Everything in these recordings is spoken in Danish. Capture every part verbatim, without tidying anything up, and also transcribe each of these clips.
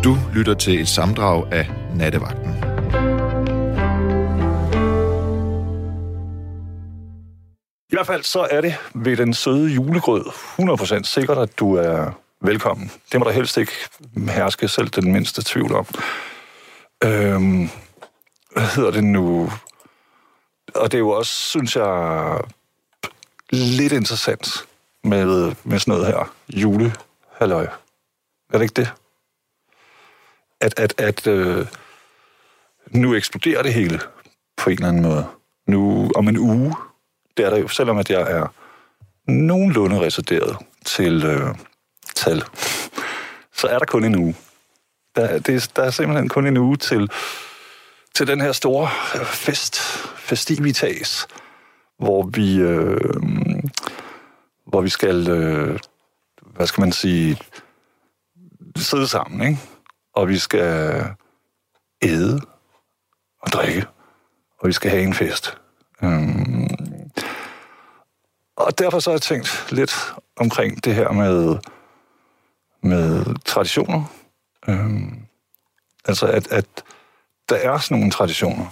Du lytter til et sammendrag af Nattevagten. I hvert fald så er det ved den søde julegrød hundrede procent sikkert, at du er velkommen. Det må der helst ikke herske selv den mindste tvivl om. Øhm, hvad hedder det nu? Og det er jo også, synes jeg, lidt interessant med, med sådan noget her julehalløj. Er det ikke det? At, at, at øh, nu eksploderer det hele på en eller anden måde. Nu om en uge, det er der jo, selvom at jeg er nogenlunde reserveret til øh, tal, så er der kun en uge. Der, det, der er simpelthen kun en uge til, til den her store fest, festivitas, hvor vi, øh, hvor vi skal, øh, hvad skal man sige, sidde sammen, ikke? Og vi skal æde og drikke, og vi skal have en fest. Um, og derfor så har jeg tænkt lidt omkring det her med, med traditioner. Um, altså, at, at der er sådan nogle traditioner.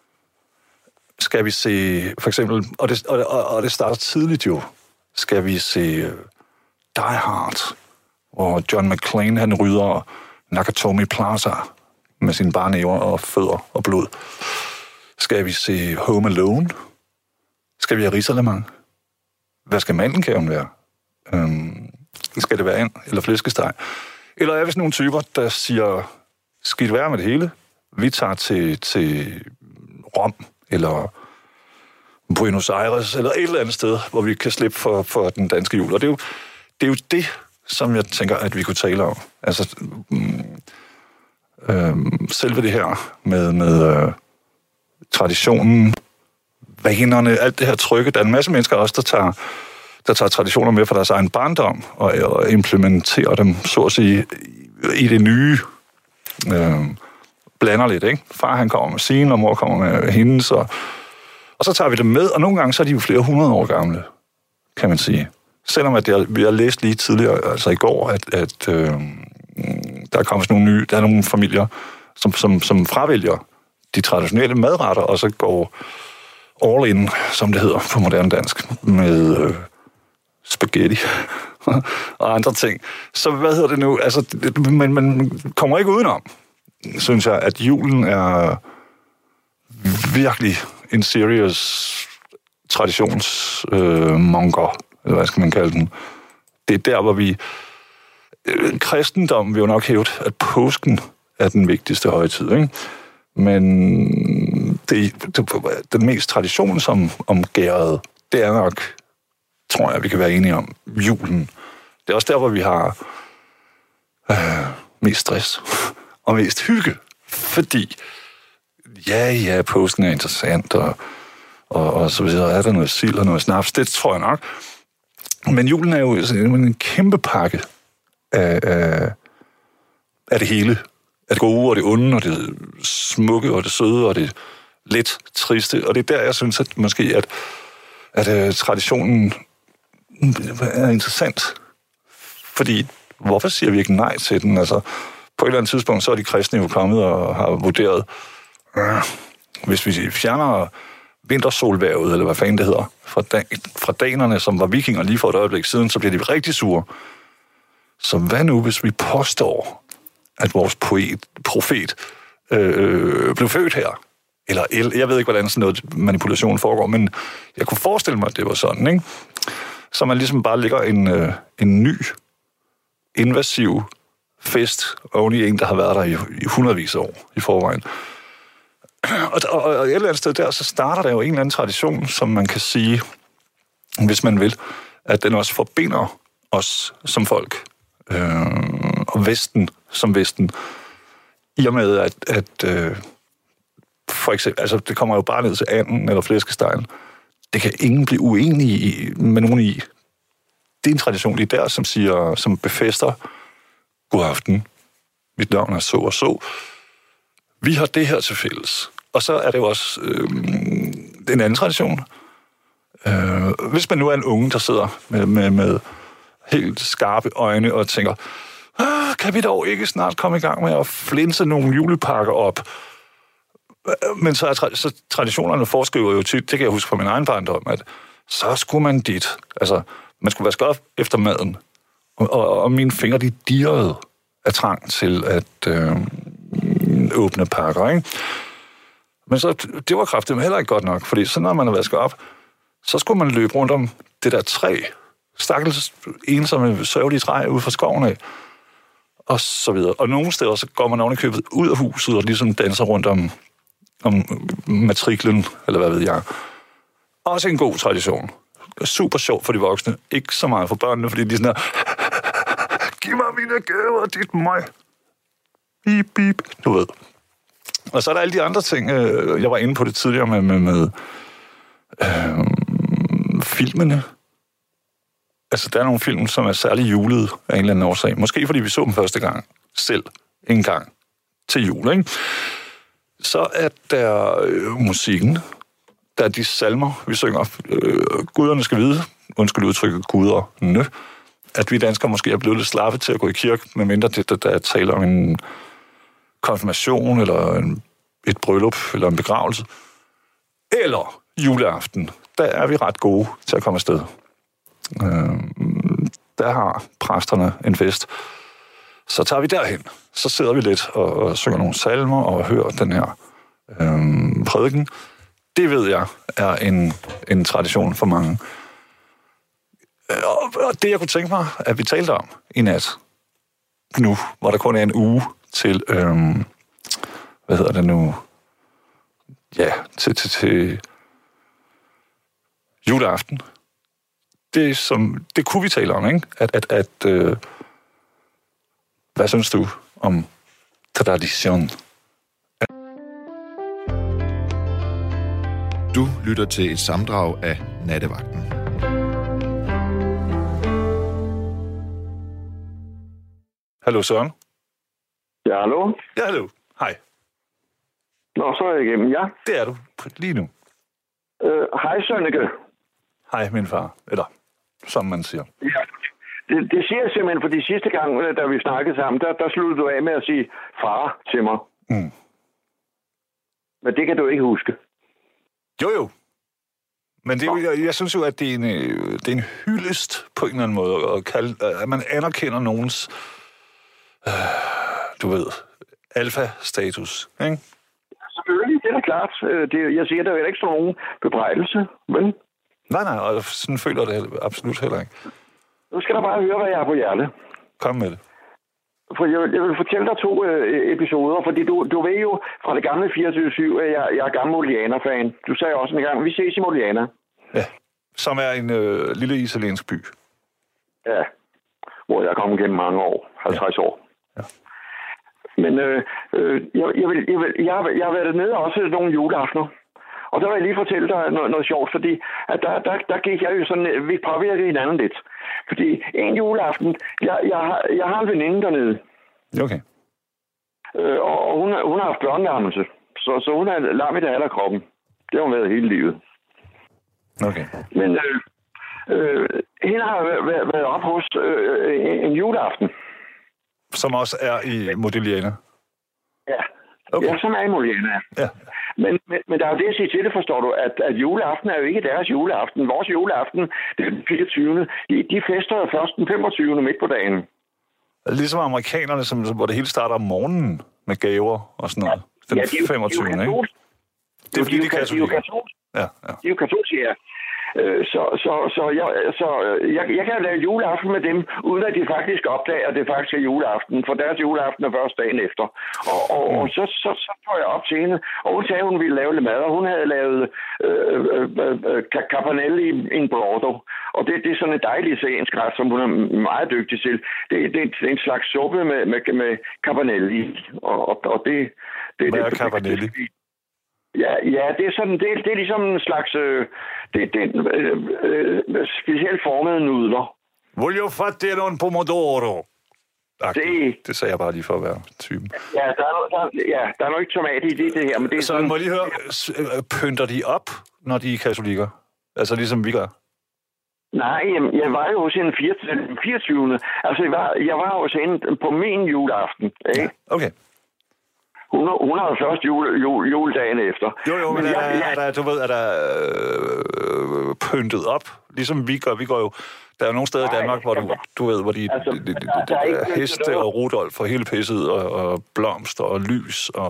Skal vi se, for eksempel, og det, og, og det starter tidligt jo, skal vi se uh, Die Hard, hvor John McClane, han rydder Nakatomi Plaza med sine barnæver og fødder og blod. Skal vi se Home Alone? Skal vi have risalemang? Hvad skal mandelkagen være? Øhm, skal det være and eller flæskesteg? Eller er vi sådan nogle typer, der siger, skal det være med det hele? Vi tager til, til Rom, eller Buenos Aires, eller et eller andet sted, hvor vi kan slippe for, for den danske jul. Og det er jo det, er jo det som jeg tænker, at vi kunne tale om. Altså, mm, øh, selve det her med, med øh, traditionen, vanerne, alt det her trykke. Der er en masse mennesker også, der tager, der tager traditioner med fra deres egen barndom, og, og implementerer dem, så at sige, i det nye. Øh, blander lidt, ikke? Far, han kommer med sine, og mor kommer med hendes, og, og så tager vi dem med, og nogle gange så er de jo flere hundrede år gamle, kan man sige. Selvom at jeg, vi har læst lige tidligere, altså i går, at, at øh, der er kommet nogle nye, der er nogle familier, som, som, som fravælger de traditionelle madretter, og så går all in, som det hedder på moderne dansk, med øh, spaghetti og andre ting. Så hvad hedder det nu? Altså, det, man, man kommer ikke udenom, synes jeg, at julen er virkelig en serious traditionsmonger. Øh, eller hvad skal man kalde den. Det er der, hvor vi... Øh, kristendom vil jo nok hævde, at påsken er den vigtigste højtid, ikke? Men det, det, den mest traditionsomgærede, det er nok, tror jeg, vi kan være enige om, julen. Det er også der, hvor vi har øh, mest stress og mest hygge. Fordi, ja, ja, påsken er interessant, og, og, og så videre. Er der noget sild og noget snaps? Det tror jeg nok. Men julen er jo en kæmpe pakke af, af, af det hele. Af det gode og det onde, og det smukke og det søde og det lidt triste. Og det er der, jeg synes, at måske, at, at uh, traditionen er interessant. Fordi, hvorfor siger vi ikke nej til den? Altså, på et eller andet tidspunkt, så er de kristne jo kommet og har vurderet, øh, hvis vi fjerner vintersolværvet, eller hvad fanden det hedder, fra, dan- fra danerne, som var vikinger lige for et øjeblik siden, så bliver de rigtig sure. Så hvad nu, hvis vi påstår, at vores poet, profet øh, blev født her? Eller jeg ved ikke, hvordan sådan noget manipulation foregår, men jeg kunne forestille mig, at det var sådan, ikke? Så man ligesom bare lægger en, øh, en ny, invasiv fest oven i en, der har været der i, i hundredvis af år i forvejen. Og, og, og et eller andet sted der, så starter der jo en eller anden tradition, som man kan sige, hvis man vil, at den også forbinder os som folk, øh, og Vesten som Vesten, i og med, at, at øh, for eksempel, altså det kommer jo bare ned til anden eller flæskestegen. Det kan ingen blive uenige i, med nogen i. Det er en tradition lige der, som siger, som befæster, god aften, mit navn er så og så. Vi har det her til fælles. Og så er det jo også øh, en anden tradition. Øh, hvis man nu er en unge, der sidder med, med, med helt skarpe øjne og tænker, kan vi dog ikke snart komme i gang med at flinse nogle julepakker op? Men så, er tra- så traditionerne foreskriver jo tit, det kan jeg huske fra min egen barndom, at så skulle man dit. Altså, man skulle vaske op efter maden. Og, og, og mine fingre, de dirrede af trang til at øh, åbne pakker, ikke? Men så, det var kraftigt heller ikke godt nok, fordi så når man har vasket op, så skulle man løbe rundt om det der træ. Stakkels ensomme, sørgelige træ ude fra skoven af. Og så videre. Og nogle steder, så går man oven i købet ud af huset og ligesom danser rundt om, om matriklen, eller hvad ved jeg. Også en god tradition. Super sjov for de voksne. Ikke så meget for børnene, fordi de er sådan her, giv mig mine gaver, dit mig. Bip, bip. Du ved. Og så er der alle de andre ting, jeg var inde på det tidligere med, med, med øh, filmene. Altså, der er nogle film, som er særlig julede af en eller anden årsag. Måske fordi vi så dem første gang selv en gang til jul, ikke? Så er der øh, musikken. Der er de salmer, vi synger. Øh, guderne skal vide, undskyld udtrykket guderne, at vi danskere måske er blevet lidt slappe til at gå i kirke, medmindre det, der, der er tale om en konfirmation, eller en, et bryllup, eller en begravelse. Eller juleaften. Der er vi ret gode til at komme afsted. Øh, der har præsterne en fest. Så tager vi derhen. Så sidder vi lidt og, og synger nogle salmer og hører den her øh, prædiken. Det ved jeg er en, en tradition for mange. Og, og det jeg kunne tænke mig, at vi talte om i nat, nu, hvor der kun er en uge til, øh, hvad hedder det nu, ja, til, til, til juleaften. Det, som, det kunne vi tale om, ikke? At, at, at øh, hvad synes du om tradition? Du lytter til et samdrag af Nattevagten. Hallo, Søren. Ja, hallo? Ja, hallo. Hej. Nå, så er jeg igennem, ja. Det er du lige nu. Øh, hej, Sønneke. Hej, min far. Eller, som man siger. Ja, det, det siger jeg simpelthen, for de sidste gang, da vi snakkede sammen, der, der sluttede du af med at sige far til mig. Mm. Men det kan du ikke huske. Jo, jo. Men det, jeg, jeg synes jo, at det er, en, det er en hyldest på en eller anden måde, at, kalde, at man anerkender nogens, øh, du ved, alfa-status, ikke? Selvfølgelig, det er da klart. Det, jeg siger, der er ikke sådan nogen bebrejdelse, vel? Nej, nej, og sådan føler jeg det absolut heller ikke. Nu skal du bare høre, hvad jeg har på hjertet. Kom med det. For jeg vil, jeg vil fortælle dig to øh, episoder, fordi du, du ved jo fra det gamle fireogtyve syv, at jeg, jeg er gammel Modiana-fan. Du sagde også en gang, vi ses i Modiana. Ja, som er en øh, lille italiensk by. Ja, hvor jeg er kommet gennem mange år, halvtreds ja. år. Ja. Men øh, øh, jeg, jeg, vil, jeg, vil, jeg, har, jeg har været nede også nogle juleaftener. Og der vil jeg lige fortælle dig noget, noget sjovt, fordi at der, der, der gik jeg jo sådan, vi påvirkede hinanden lidt. Fordi en juleaften, jeg, jeg, har, jeg har en veninde dernede. Okay. Øh, og hun, hun har haft børnelammelse, så, så hun er lam i det halve kroppen. Det har hun været hele livet. Okay. Men øh, øh, hende har været, været op hos øh, en, en juleaften. Som også er i Modigliana? Ja. Okay. Ja, som er i Modigliana. Ja. Men, men, men der er jo det at sige til det, forstår du, at, at juleaften er jo ikke deres juleaften. Vores juleaften, det er den fireogtyvende De, de fester jo først den femogtyvende midt på dagen. Ligesom amerikanerne, som, hvor det hele starter om morgenen med gaver og sådan noget. Den ja, de, femogtyvende de, de, ikke? Det er fordi, de, de, de er katolikker. Ja, ja. De er jo katolske, ja. Så, så, så, jeg, så jeg, jeg kan lave juleaften med dem, uden at de faktisk opdager, at det faktisk er juleaften, for deres juleaften er først dagen efter. Og, og, mm. og så, så, så tog jeg op til hende, og hun sagde, at hun ville lave lidt mad, og hun havde lavet øh, øh, øh, capanelli i en brodo. Og det, det er sådan en dejlig italiensk ret, som hun er meget dygtig til. Det, det, det er en slags suppe med, med, med capanelli. Og, og, og det, det, Hvad er det, capanelli? Det, Ja, ja, det er sådan, det, det er ligesom en slags øh, det, det, øh, øh, specielt formede nudler. Voglio fatte un pomodoro. Det, det sagde jeg bare lige for at være typen. Ja, der er, der, ja, der er nok ikke tomat i det, det her, men det er så sådan... må jeg lige høre, pynter de op, når de er katolikker? Altså ligesom vi gør? Nej, jeg var jo hos en fireogtyvende Altså, jeg var, jeg var hos hende på min juleaften. Ikke? Ja, okay. Hun, hun har jo først jule, jule, juledagen efter. Jo, jo, men, men er, jeg, er der, du ved, er der øh, pyntet op, ligesom vi gør. Vi går jo, der er jo nogle steder nej, i Danmark, hvor du, du ved, hvor de, altså, de, de, de, de, der er heste og Rudolf og hele pisset, og, og blomster og lys og...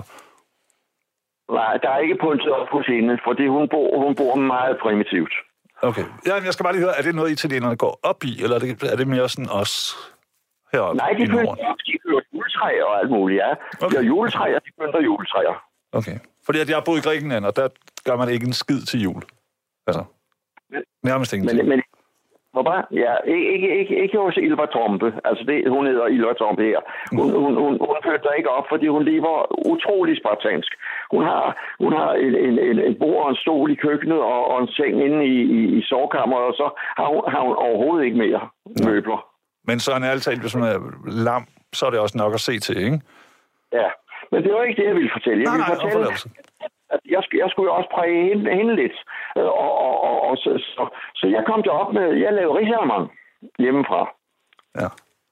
Nej, der er ikke pyntet op hos hende, fordi hun bor, hun bor meget primitivt. Okay. Ja, men jeg skal bare lige høre, er det noget, italienerne går op i, eller er det, er det mere sådan os heroppe? Nej, de pynter op, de kører juletræer og alt muligt, ja. Okay. De har juletræer, de pynter juletræer. Okay. Fordi at jeg har boet i Grækenland, og der gør man ikke en skid til jul. Altså, men, nærmest ingenting. Men, men hvor bare? Ja, ikke, ikke, ikke, ikke hos Ylva Trompe. Altså, det, hun hedder Ylva Trompe her. Hun, hun, hun, hun pynter ikke op, fordi hun lever utrolig spartansk. Hun har, hun har en, en, en, en bord og en stol i køkkenet og, og en seng inde i, i, i sovekammeret, og så har hun, har hun overhovedet ikke mere møbler. Men så er en ærlig talt, hvis hun er lam, så er det også nok at se til, ikke? Ja, men det var ikke det, jeg ville fortælle. Jeg ville nej, nej, fortælle, at jeg, jeg skulle jo også præge hende, hende lidt. Og, og, og, og så, så, så jeg kom derop med, jeg lavede risalemang hjemmefra. Ja.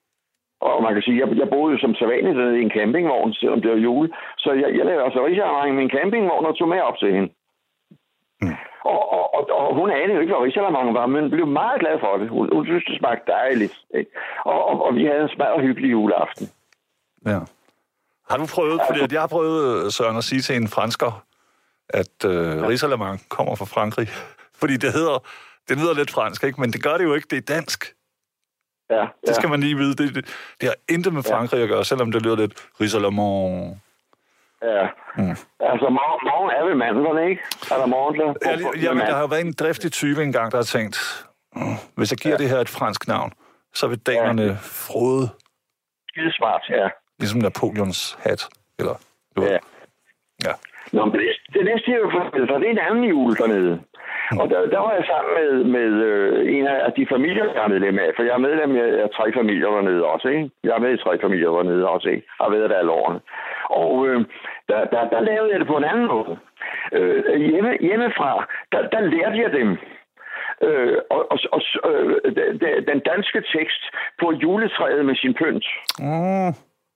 Og man kan sige, jeg, jeg boede jo som sædvanligt i en campingvogn, selvom det var jule. Så jeg, jeg lavede altså risalemang i min campingvogn og tog med op til hende. Mm. Og, og, og, og hun anede jo ikke, hvad risalemang var, men blev meget glad for det. Hun, hun synes, det smagte dejligt. Ikke? Og, og, og vi havde en smadret hyggelig juleaften. Ja. Har du prøvet, fordi at jeg har prøvet, Søren, at sige til en fransker, at øh, ja. risalemang kommer fra Frankrig. Fordi det hedder, det lyder lidt fransk, ikke? Men det gør det jo ikke, det er dansk. Ja, ja. Det skal man lige vide. Det, det, det har intet med Frankrig ja. at gøre, selvom det lyder lidt risalemang. Ja, mm. altså morgen, morgen er ved mandlerne, ikke? Eller morgen, så... Ja, ja, men der har været en driftig type engang, der har tænkt, mm, hvis jeg giver ja. det her et fransk navn, så vil danerne ja. frode. Skidesmart, ja. Ligesom Napoleons hat, eller... Du ja. Ved. Ja. Nå, men det, det næste, jeg vil fortælle dig, det er en anden jul dernede. Mm. Og der, der var jeg sammen med, med øh, en af de familier, jeg er medlem af. For jeg er medlem af tre familier dernede også, ikke? Jeg er med i tre familier dernede også, ikke? Har været der alle årene. Og øh, der, der, der lavede jeg det på en anden måde. Øh, hjemme, hjemmefra, der, der lærte jeg dem øh, og, og, og, øh, den danske tekst på juletræet med sin pynt. Mm.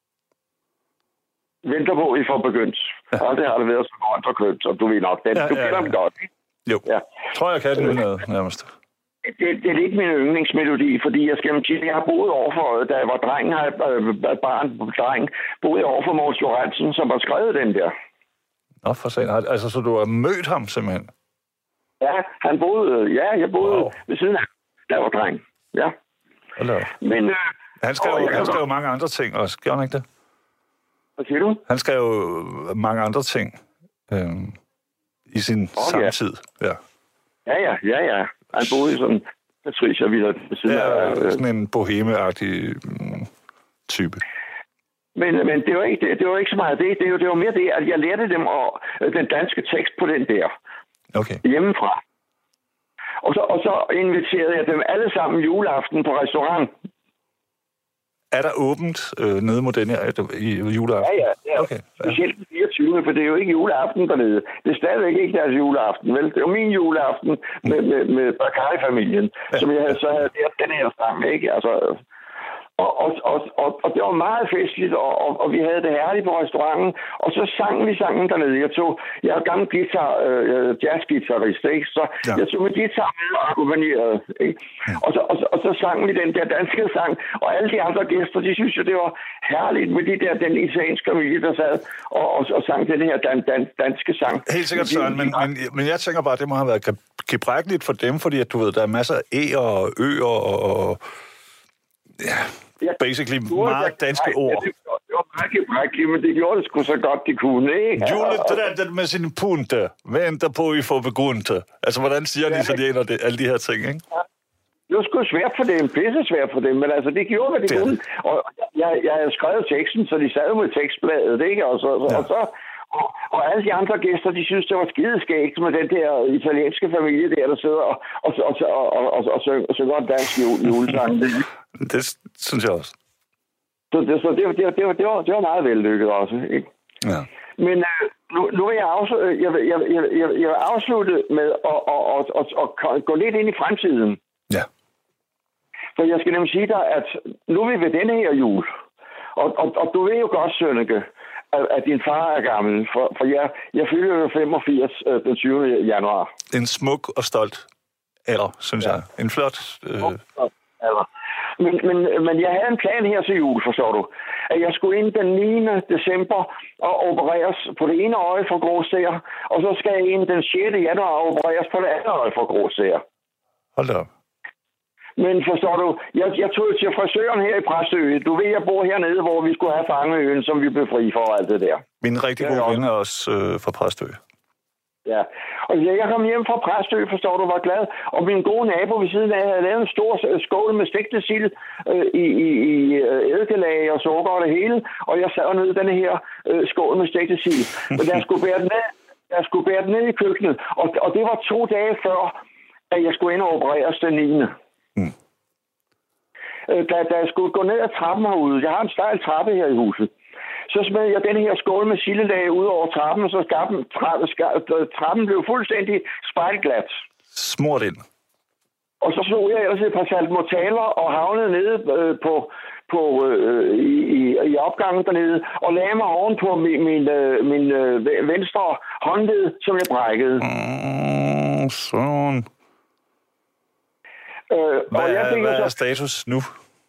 Venter på, I får begyndt. Ja. Og det har det været så godt og købt, så du ved nok, den, ja, du kender ja, ja. dem godt, ikke? Jo, ja. Tror jeg kan den noget, nærmest. Det, det er ikke min yndlingsmelodi, fordi jeg skal sige, jeg har boet overfor, da jeg var dreng, har jeg øh, barn, dreng, boet overfor Mogens Lorentzen, som har skrevet den der. Nå, for sent. Altså, så du har mødt ham simpelthen? Ja, han boede, ja, jeg boede wow. ved siden af, da jeg var dreng, ja. Hello. Men... Øh, han skrev, jo, han skrev jo mange andre ting også, gjorde han ikke det? Hvad siger du? Han skrev jo mange andre ting øh, i sin oh, samtid. Ja. ja, ja, ja, ja. Han boede i sådan Patricia Villa. Ja, øh, sådan en boheme-agtig mm, type. Men, men det, var ikke, det, det var ikke så meget det. Det var, det var mere det, at jeg lærte dem og, den danske tekst på den der. Okay. Hjemmefra. Og så, og så inviterede jeg dem alle sammen juleaften på restaurant. Er der åbent øh, nede mod den her i juleaften? Ja, ja. ja. Okay, ja. Specielt den fireogtyvende for det er jo ikke juleaften dernede. Det er stadigvæk ikke deres juleaften, vel? Det er jo min juleaften med, med, med Bacardi-familien, ja. som jeg havde, så havde lært den her sammen, ikke? Altså... Og, og, og, og, og det var meget festligt, og, og, og vi havde det herligt på restauranten. Og så sang vi sangen dernede. Jeg tog, jeg er gammel guitar, øh, jazzgitarrist, ikke? Så ja. jeg tog med guitar med og akkompagnerede, ikke? Ja. Og, så, og, så, og så sang vi den der danske sang. Og alle de andre gæster, de synes jo, det var herligt med de der, den italienske familie, der sad og, og, og sang den her dan, dan, danske sang. Helt sikkert, Søren, men, men, men jeg tænker bare, det må have været gebrækkeligt for dem, fordi at, du ved, der er masser af æger og øer og... og ja... Ja, basically meget danske ord. Det var meget brækkeligt, men det gjorde det sgu så godt, de kunne, ikke? Juletræet med sine punte. Venter på, I får begrunte. Altså, hvordan siger ja, de italiener det, alle de her ting, ikke? Ja. Det var sgu svært for dem, pisse svært for dem, men altså, det gjorde, hvad de det kunne. Og jeg, jeg havde skrevet teksten, så de sad med tekstbladet, ikke? Og så... Ja. Og så Og, og alle de andre gæster, de synes, det var skideskægt med den der italienske familie der, der sidder og, og, og, og, og, og, og, synger, og synger en dansk julesang. Det synes jeg også. Så det, så det, det, det, var, det, var, det var meget vellykket også, ikke? Ja. Men øh, nu, nu vil jeg, afslutte, jeg, jeg, jeg, jeg, jeg vil afslutte med at, at, at, at, at gå lidt ind i fremtiden. Ja. For jeg skal nemlig sige dig, at nu er vi ved denne her jul. Og, og, og du ved jo godt, Sønneke, at, at din far er gammel. For, for jeg, jeg fylder jo femogfirs øh, den tyvende januar. En smuk og stolt alder, synes ja. jeg. En flot... Øh... alder. Men, men, men jeg havde en plan her til jul, forstår du. At jeg skulle ind den niende december og opereres på det ene øje for gråstær, og så skal jeg ind den sjette januar og opereres på det andet øje for gråstær. Hold da op. Men forstår du, jeg, jeg tog til frisøren her i Præstø. Du ved, jeg bor hernede, hvor vi skulle have Fangeøen, som vi blev fri for og alt det der. Min rigtig gode ven er også øh, fra Præstø. Ja, og jeg kom hjem fra Præstø, forstår du, var glad. Og min gode nabo ved siden af havde lavet en stor skål med stegte sild øh, i, i, i eddikelag og sukker og det hele. Og jeg sad ned i denne her øh, skål med stegte sild. Men jeg skulle bære den ned, jeg skulle bære den ned i køkkenet. Og, og det var to dage før, at jeg skulle ind og opereres den niende Mm. Da, da jeg skulle gå ned ad trappen herude, jeg har en stejl trappe her i huset, så smed jeg den her skål med sildelag ud over trappen, og så trappen, trappen, trappen blev fuldstændig spejlglat. Smurt ind. Og så slog jeg ellers et par saltmortaler og havnede nede øh, på, på, øh, i, i opgangen dernede, og lagde mig ovenpå min, min, øh, min øh, venstre håndled, som jeg brækkede. Mm, sådan. Øh, hvad og jeg er, hvad så, er status nu?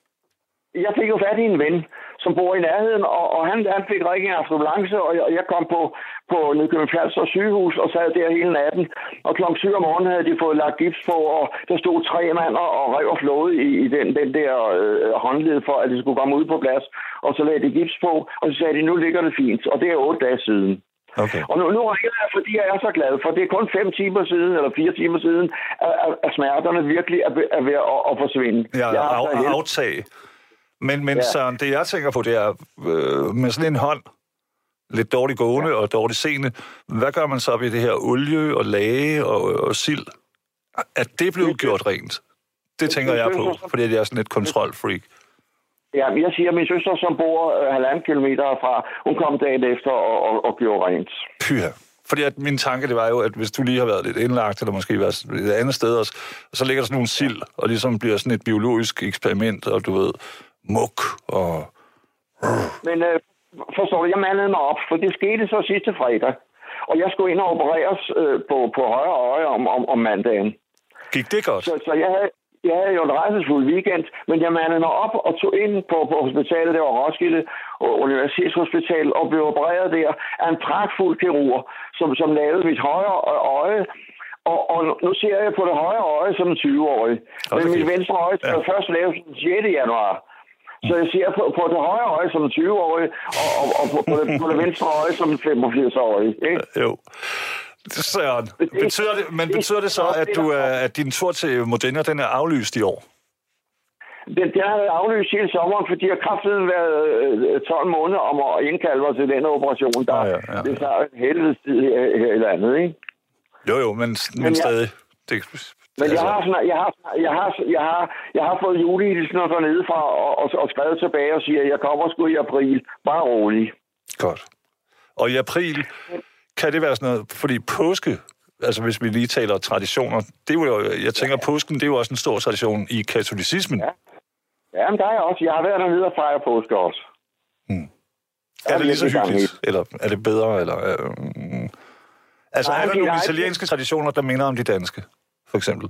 Jeg fik jo fat i en ven, som bor i nærheden, og, og han, han fik række en ambulance, og jeg, jeg kom på, på Nykøbing Falster sygehus og sad der hele natten. Og klokken syv om morgenen havde de fået lagt gips på, og der stod tre mand og, og rev og flåede i, i den, den der øh, håndled for, at de skulle komme ud på plads. Og så lagde de gips på, og så sagde de, nu ligger det fint. Og det er otte dage siden. Okay. Og nu, nu ringer jeg, fordi jeg er så glad, for det er kun fem timer siden, eller fire timer siden, at, at smerterne virkelig er, er ved at, at forsvinde. Ja, af, aftag. Men, men ja. Søren, det jeg tænker på, det er, øh, med sådan en hånd, lidt dårligt gående ja. og dårligt seende, hvad gør man så ved det her olie og lage og, og sild? Er det blevet det, gjort rent? Det, det tænker det, jeg på, fordi jeg er sådan et kontrolfreak. Ja, men jeg siger, at min søster, som bor øh, halvanden kilometer fra, hun kom dagen efter og, og, og gjorde rent. Pyha. Fordi at min tanke, det var jo, at hvis du lige har været lidt indlagt, eller måske været et andet sted også, så ligger der sådan nogle sild, og ligesom bliver sådan et biologisk eksperiment, og du ved, muk og... Men øh, forstår du, jeg mandede mig op, for det skete så sidste fredag, og jeg skulle ind og opereres øh, på, på højre øje om, om, om mandagen. Gik det godt? Så, så jeg havde... Jeg havde jo en rejsesfuld weekend, men jeg mandede mig op og tog ind på, på hospitalet, der var Roskilde Universitetshospital, og blev opereret der af en pragtfuld kirurg, som, som lavede mit højre øje. Og, og nu ser jeg på det højre øje som en tyve-årig. Men mit venstre øje skal ja. først laves den sjette januar. Så jeg ser på, på det højre øje som en tyve-årig, og, og, og på, på, det, på det venstre øje som en femogfirs-årig. Ikke? Jo. Søren, betyder det, men betyder det så, at, du er, at din tur til Modena, den er aflyst i år? Den, den har været aflyst hele sommeren, fordi jeg kraftigt været øh, tolv måneder om at indkalde mig til den operation, der ah, ja, ja, ja. Det tager en helvedes tid her, her eller andet, ikke? Jo, jo, men, men, men stadig. Det, men altså... jeg, har sådan, jeg, har, jeg, har, jeg, har, jeg har fået julehilsener dernede fra og, og, og skrevet tilbage og siger, at jeg kommer sgu i april. Bare rolig. Godt. Og i april... Kan det være sådan noget, fordi påske, altså hvis vi lige taler traditioner, det er jo, jeg tænker, ja. påsken, det er jo også en stor tradition i katolicismen. Ja, ja men der er jeg også. Jeg har været dernede og fejre påske også. Hmm. Er, er det lige så hyggeligt, eller er det bedre, eller... Øh, altså, Nej, er der nogle er italienske ikke... traditioner, der minder om de danske, for eksempel?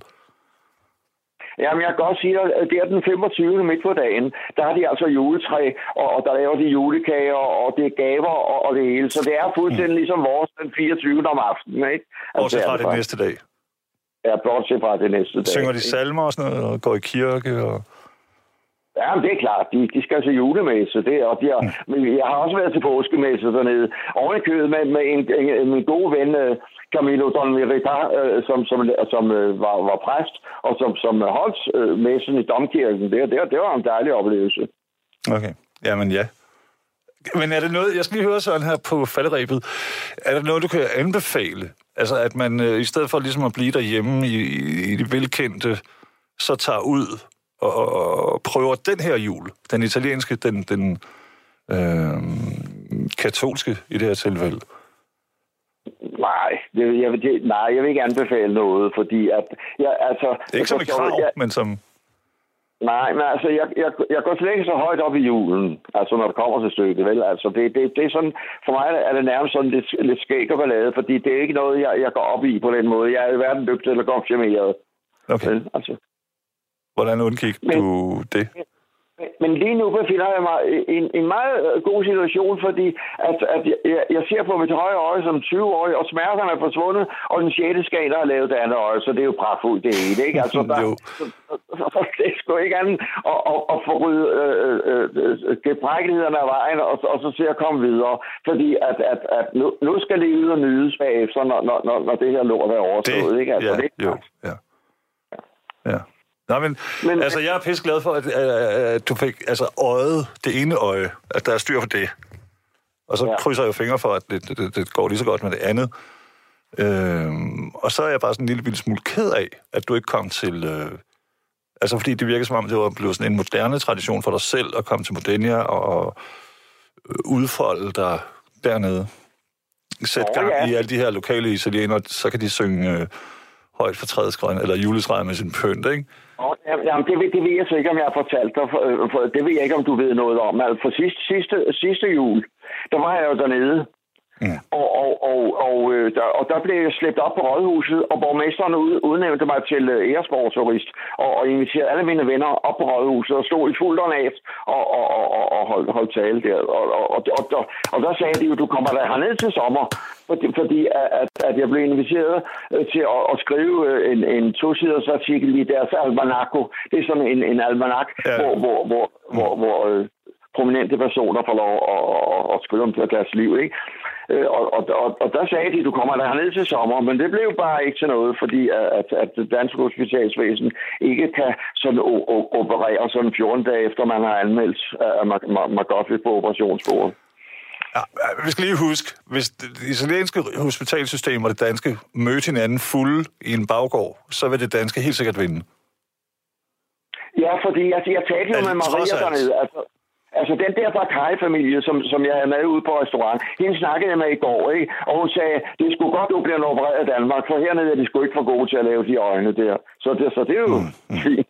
Jamen, jeg kan godt sige, at det er den femogtyvende midt på dagen. Der er de altså juletræ, og, og der laver de julekager, og det er gaver, og, og det hele. Så det er fuldstændig mm. ligesom vores den fireogtyvende om aftenen, ikke? Altså, bortset fra det, det næste dag. Ja, bortset fra det næste dag. Synger de salmer og sådan noget, og går i kirke, og... Ja, men det er klart. De, de skal til julemesse. Det, og de har, mm. Jeg har også været til påskemesse dernede. Oven i købet med, med en, en, min gode ven, Camilo Don Mirita, øh, som, som, som øh, var, var præst, og som, som holdt øh, messen i Domkirken. Det, det, det var en dejlig oplevelse. Okay. Jamen ja. Men er det noget, jeg skal lige høre sådan her på falderebet, er det noget, du kan anbefale? Altså, at man øh, i stedet for ligesom at blive derhjemme i, i, i det velkendte, så tager ud og, og prøver den her jul, den italienske, den, den øh, katolske i det her tilfælde? Nej, det, jeg, det, nej, jeg vil ikke anbefale noget, fordi at... Jeg, altså, det er ikke som et krav, jeg, men som... Nej, men altså, jeg, jeg, jeg går slet ikke så højt op i julen, altså når det kommer til stykket, vel? Altså, det, det, det er sådan, for mig er det nærmest sådan lidt, lidt skæg og ballade, fordi det er ikke noget, jeg, jeg går op i på den måde. Jeg er i hverken dygtig eller konfirmeret. Okay. Vel? Altså. Hvordan undgik men, du det? Men lige nu befinder jeg mig i en, en meget god situation, fordi at, at jeg, jeg ser på mit højre øje som tyve-årig, og smerterne er forsvundet, og den sjette skaner har lavet det andet øje, så det er jo pragtfuldt det hele, ikke? Altså, der, så, så, så, det er sgu ikke andet at, at, at få ryddet øh, øh, øh, gebrækkelighederne af vejen, og, og så se at komme videre, fordi at, at, at nu, nu skal det ud og nydes bagefter, når, når, når det her lort er overstået, det, ikke? Altså, ja, det, jo, ja. Ja. Nå, men, men altså, jeg er pisse glad for, at, at du fik altså, øjet, det ene øje, at der er styr for det. Og så ja. krydser jeg jo fingre for, at det, det, det går lige så godt med det andet. Øhm, og så er jeg bare sådan en lille, lille smule ked af, at du ikke kom til... Øh, altså, fordi det virker som om, det var blevet sådan en moderne tradition for dig selv at komme til Modenia og øh, udfolde dig dernede. Sæt gang oh, ja. i alle de her lokale italienere, så kan de synge... Øh, højt for trædesgrøn, eller juletræet med sin pynt, ikke? Oh, jamen, det, det ved jeg så ikke, om jeg har fortalt dig. For, for, det ved jeg ikke, om du ved noget om. Altså, for sidste, sidste, sidste jul, der var jeg jo dernede. Mm. Og, og, og, og, der, og der blev jeg slæbt op på Rådhuset, og borgmesteren ud, udnævnte mig til æresborgerturist, og, og inviterede alle mine venner op på Rådhuset, og stod i fuld ornat og, og, og, og holdt, holdt tale der. Og, og, og, og, og der sagde de jo, du kommer der herned til sommer, fordi, fordi at, at jeg blev inviteret til at, at skrive en, en to-siders artikel i deres almanacco. Det er sådan en, en almanac, ja. hvor, hvor, hvor, mm. hvor, hvor øh, prominente personer får lov at, at, at skrive om deres liv, ikke? Og, og, og, og der sagde de, du kommer der ned til sommer, men det blev bare ikke til noget, fordi at, at det danske hospitalsvæsen ikke kan sådan o- o- operere sådan fjorten dage efter, man har anmeldt, at man, man, man godt vil på operationsbordet. Ja, vi skal lige huske, hvis det italienske hospitalsystem og det danske mødte hinanden fulde i en baggård, så vil det danske helt sikkert vinde. Ja, fordi altså, jeg talte jo med Maria dernede, altså... Altså, den der Bakai-familie, som, som jeg er med ude på restaurant, hende snakkede jeg med i går, ikke? Og hun sagde, det er sgu godt, du bliver opereret i Danmark, for hernede er de sgu ikke for gode til at lave de øjne der. Så det, så det er jo mm, mm. fint.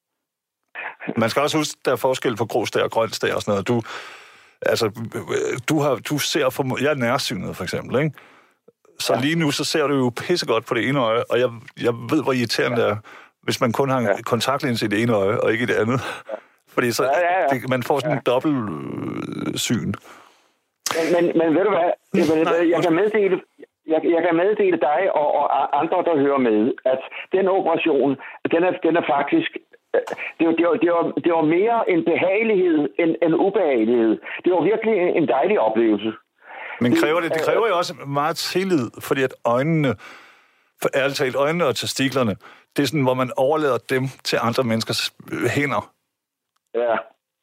Man skal også huske, der er forskel på grå-stær og grøn-stær og sådan noget. Du, altså, du, har, du ser... For, jeg er nærsynet, for eksempel, ikke? Så ja. lige nu, så ser du jo pissegodt på det ene øje, og jeg, jeg ved, hvor irriterende ja. det er, hvis man kun har en ja. kontaktlinse i det ene øje, og ikke i det andet. Ja. Fordi så, ja, ja, ja. Det, man får sådan ja. en dobbelt øh, syn. Men, men, men ved du hvad? Jeg, jeg, kan meddele, jeg, jeg kan meddele dig og, og andre, der hører med, at den operation, den er, den er faktisk... Det var, det, var, det, var, det var mere en behagelighed end en ubehagelighed. Det var virkelig en dejlig oplevelse. Men kræver det, det kræver jo også meget tillid, fordi at øjnene, for ærligt talt, øjnene og testiklerne, det er sådan, hvor man overlader dem til andre menneskers hænder. Ja.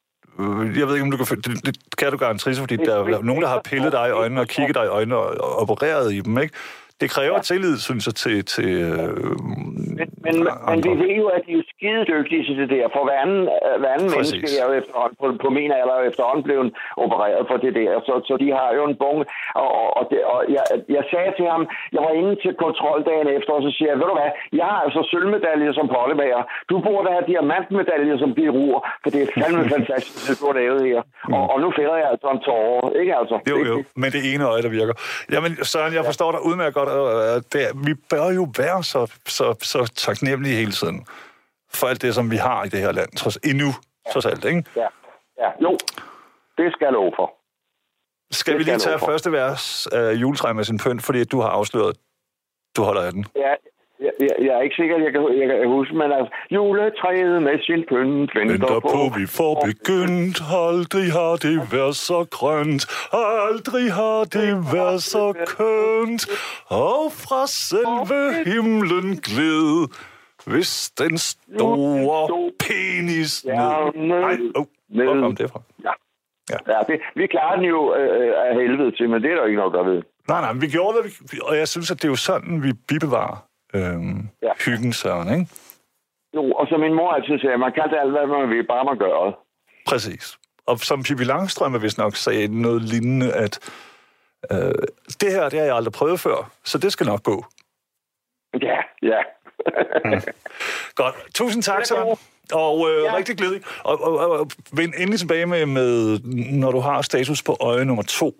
Jeg ved ikke, om du kan... Det, det kan du garantere, fordi der er nogen, der har pillet dig i øjnene og kigget dig i øjnene og, og opereret i dem, ikke? Det kræver ja. tillid, synes jeg, til... til øh, men, men, men vi ved jo, at de er skide dygtige til det der, for hver anden, hver anden menneske er jo efterhånden, på, på min alder er efterhånden blevet opereret for det der, så, så de har jo en bunge, og, og, og, det, og jeg, jeg sagde til ham, jeg var inde til kontroldagen efter, og så siger jeg, ved du hvad, jeg har altså sølvmedalje som pollemager, du burde have diamantmedalje som kirurg, for det er fandme fantastisk, det du har lavet her, mm. og, og nu fælder jeg altså en tårer, ikke altså? Jo, jo, men det ene øje, der virker. Jamen, Søren, jeg forstår dig udmærket godt. Det, vi bør jo være så, så, så taknemmelige hele tiden for alt det, som vi har i det her land. Trods, endnu, ja. trods alt, ikke? Ja. ja, jo. Det skal jeg love for. Skal det vi lige tage første vers af juletræet med sin pynt, fordi du har afsløret, du holder af den? Ja, jeg, jeg, jeg er ikke sikker, at jeg kan, jeg kan huske, men altså, juletræet med sin pynt venter, venter på. på, vi får begyndt. Aldrig har det været så grønt. Aldrig har det været så kønt. Og fra selve himlen gled, hvis den store penis ned. Nej, oh, hvor kom det fra? Ja. Ja, ja det, vi klarer den jo øh, af helvede til, men det er der ikke nok, der ved. Nej, nej, vi gjorde det, og jeg synes, at det er jo sådan, vi bibevarer øhm, ja. hyggen, Søren, ikke? Jo, og som min mor altid sagde, man kan det alt, hvad man vil, bare man gør det. Præcis. Og som Pippi Langstrømpe vist nok sagde noget lignende, at øh, det her, det har jeg aldrig prøvet før, så det skal nok gå. Ja, ja. mm. Godt. Tusind tak, Søren. Og øh, ja. rigtig glædelig. Og, og, og, og vend endelig tilbage med, med, når du har status på øje nummer to.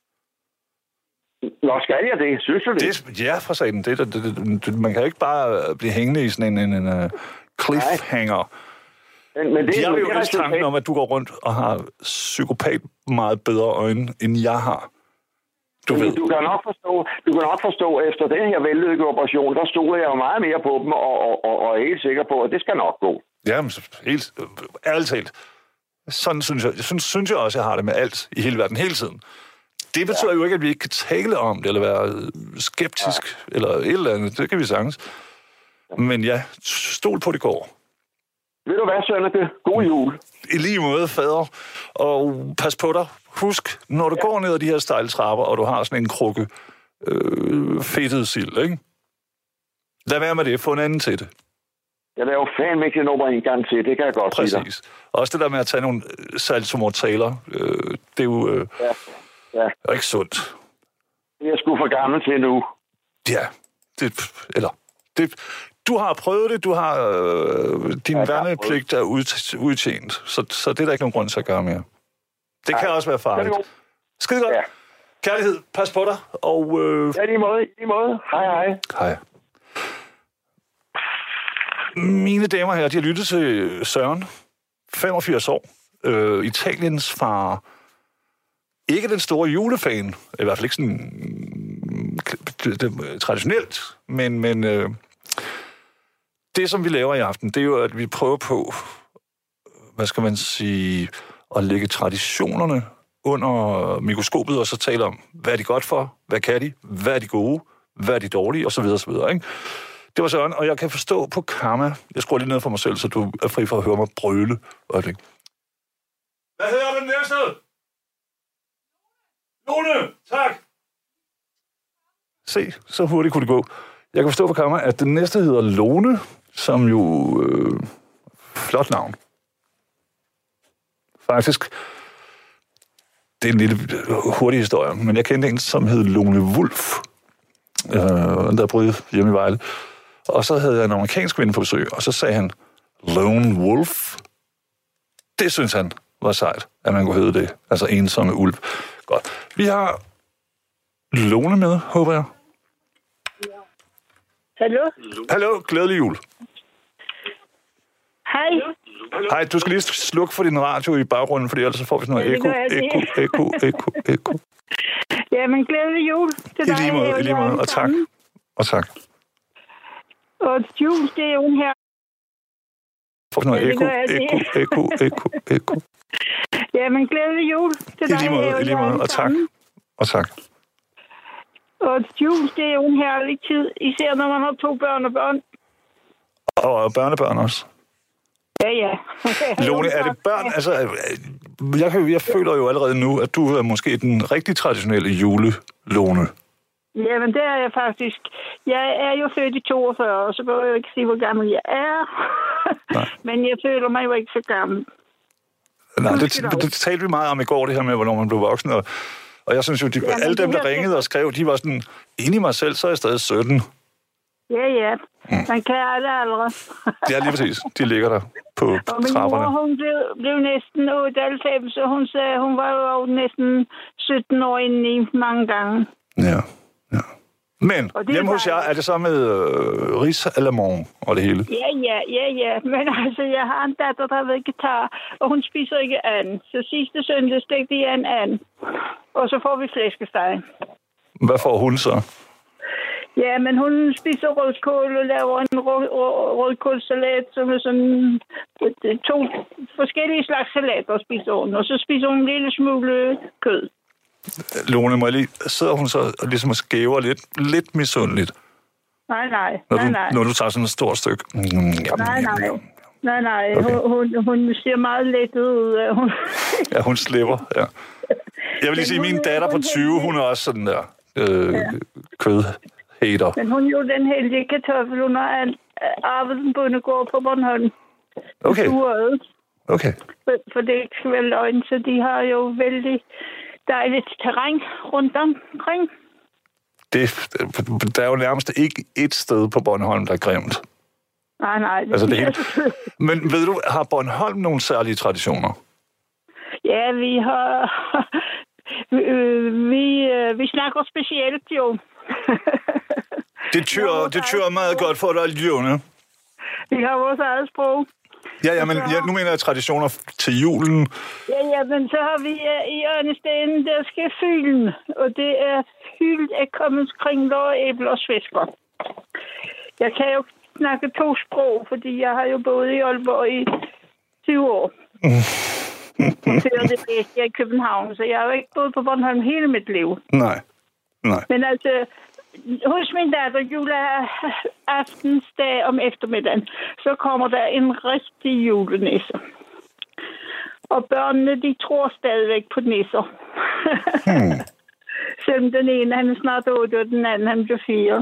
Nå, skal jeg det? Synes du det? det ja, fra sagen. Det, det, det, det, man kan ikke bare blive hængende i sådan en, en, en uh, cliffhanger. Men, men det, De har men jo det vist tanken om, at du går rundt og har psykopat meget bedre øjne, end jeg har. Du ved. Du kan nok forstå, du kan nok forstå, efter den her vellykkede operation, der stoler jeg jo meget mere på dem, og, og, og, og er helt sikker på, at det skal nok gå. Jamen, helt ærligt talt. Sådan synes jeg, synes, synes jeg også, jeg har det med alt i hele verden hele tiden. Det betyder ja. jo ikke, at vi ikke kan tale om det, eller være skeptisk, ja. eller et eller andet. Det kan vi sagtens. Men ja, stol på, det går. Ved du hvad, Sønneke? God jul. I lige måde, fader. Og pas på dig. Husk, når du ja. går ned ad de her stejle trapper, og du har sådan en krukke øh, fedtet sild, ikke? Lad være med det. Få en anden til det. Jeg laver fandme ikke nummer en gang til. Det kan jeg godt sige dig. Præcis. Også det der med at tage nogle saltomortaler, øh, det er jo øh, ja. Ja. er ikke sundt. Det er sgu for gammel til nu. Ja. Det, eller... Det, du har prøvet det, du har øh, din ja, værnepligt er ud, udtjent, så, så det er der ikke nogen grund til at gøre mere. Det ja. kan også være farligt. Skide godt. Ja. Kærlighed, pas på dig. Og, øh... ja, lige måde, lige måde. Hej, hej. Hej. Mine damer her, de har lyttet til Søren, femogfirs år, øh, Italiens far. Ikke den store julefan, i hvert fald ikke sådan øh, traditionelt, men, men øh, det, som vi laver i aften, det er jo, at vi prøver på, hvad skal man sige, at lægge traditionerne under mikroskopet, og så tale om, hvad er de godt for, hvad kan de, hvad er de gode, hvad er de dårlige, og så videre, så videre, ikke? Det var sådan, og jeg kan forstå på Karma, jeg skruer lige ned for mig selv, så du er fri for at høre mig brøle. Hvad hedder den næste? Lone, tak! Se, så hurtigt kunne det gå. Jeg kan forstå på Karma, at den næste hedder Lone, som jo... Øh, flot navn. Faktisk, det er en lille hurtig historie, men jeg kendte en, som hed Lone Wolf, øh, der boede hjemme i Vejle. Og så havde jeg en amerikansk ven på besøg, og så sagde han, Lone Wolf. Det synes han var sejt, at man kunne hedde det. Altså ensomme ulv. Godt. Vi har Lone med, håber jeg. Hallo? Hallo, glædelig jul. Hej. Hej, du skal lige slukke for din radio i baggrunden, fordi ellers så får vi sådan noget ekko, ekko, ekko, ekko, ekko. Jamen, glædelig jul. I lige måde, i lige måde. Og tak. Og tak. Og jul, det er jo her. Får vi noget ekko, ekko, ekko, ekko, ekko. Jamen, glædelig jul. I lige måde, i lige måde. Og tak. Og tak. Og jul, det er jo en herlig tid. Især når man har to børn og børn. Og børnebørn også. Ja, ja. Lone, er det børn? Altså, jeg, kan, jeg føler jo allerede nu, at du er måske den rigtig traditionelle jule-Lone. Jamen, det er jeg faktisk. Jeg er jo født i toogfyrre, og så bør jeg jo ikke sige, hvor gammel jeg er. Men jeg føler mig jo ikke så gammel. Nej, det, det talte vi meget om i går, det her med, hvornår man blev voksen. Og, og jeg synes jo, de, Jamen, alle dem, der ringede og skrev, de var sådan, inde i mig selv, så er jeg stadig sytten. Ja, ja. Mm. Man kan alle aldre. Ja, lige præcis. De ligger der på og min trapperne. Mor, hun blev, blev næsten otteoghalvfems, og hun sagde, hun var jo næsten sytten år indeni mange gange. Ja, ja. Men hjemme hos jer, er det så med øh, ris eller morgen og det hele? Ja, ja, ja, ja. Men altså, jeg har en datter, der er vegetar, og hun spiser ikke anden. Så sidste søndag stegte jeg en anden. Og så får vi flæskesteg. Hvad får hun så? Ja, men hun spiser rødkål og laver en rød, rødkålsalat, som er sådan to forskellige slags salater spiser hun. Og så spiser hun en lille smule kød. Lone, må jeg lige... Sidder hun så og ligesom og skæver lidt, lidt misundeligt? Nej, nej. Når du, nej, nej. Når du tager sådan et stort stykke... Mm, jam, nej, nej. Jam. Nej, nej. Okay. Hun, hun, hun ser meget lettet ud. Hun... ja, hun slipper, ja. Jeg vil lige sige, at min datter på tyve, hun er også sådan der øh, ja. kødhater. Men hun er jo den heldige kartoffel. Hun har arvet en bondegård på Bornholm. Okay. Okay. For, for det er ikke så vel løgn, så de har jo vældig dejligt terræn rundt omkring. det, der er jo nærmest ikke et sted på Bornholm, der er grimt. Nej, nej. Det altså, det hele. Men ved du, har Bornholm nogle særlige traditioner? Ja, vi har... vi, vi snakker specielt, jo. det tyrer, det tyrer meget godt for dig, Jone. Vi har vores eget sprog. Ja, ja, men ja, nu mener jeg traditioner til julen. Ja, ja, men så har vi uh, i Ørnestenen, der skal fylden. Og det er fyldt af kommens kringler og æbler og svæsker. Jeg kan jo snakke to sprog, fordi jeg har jo boet i Aalborg i tyve år. Og før det læste jeg i København, så jeg har jo ikke boet på Bornholm hele mit liv. Nej, nej. Men altså, hos min datter, juleaftensdag om eftermiddagen, så kommer der en rigtig julenisse. Og børnene, de tror stadigvæk på nisser. Hmm. Selvom den ene, han er snart otte, og den anden, han bliver fire.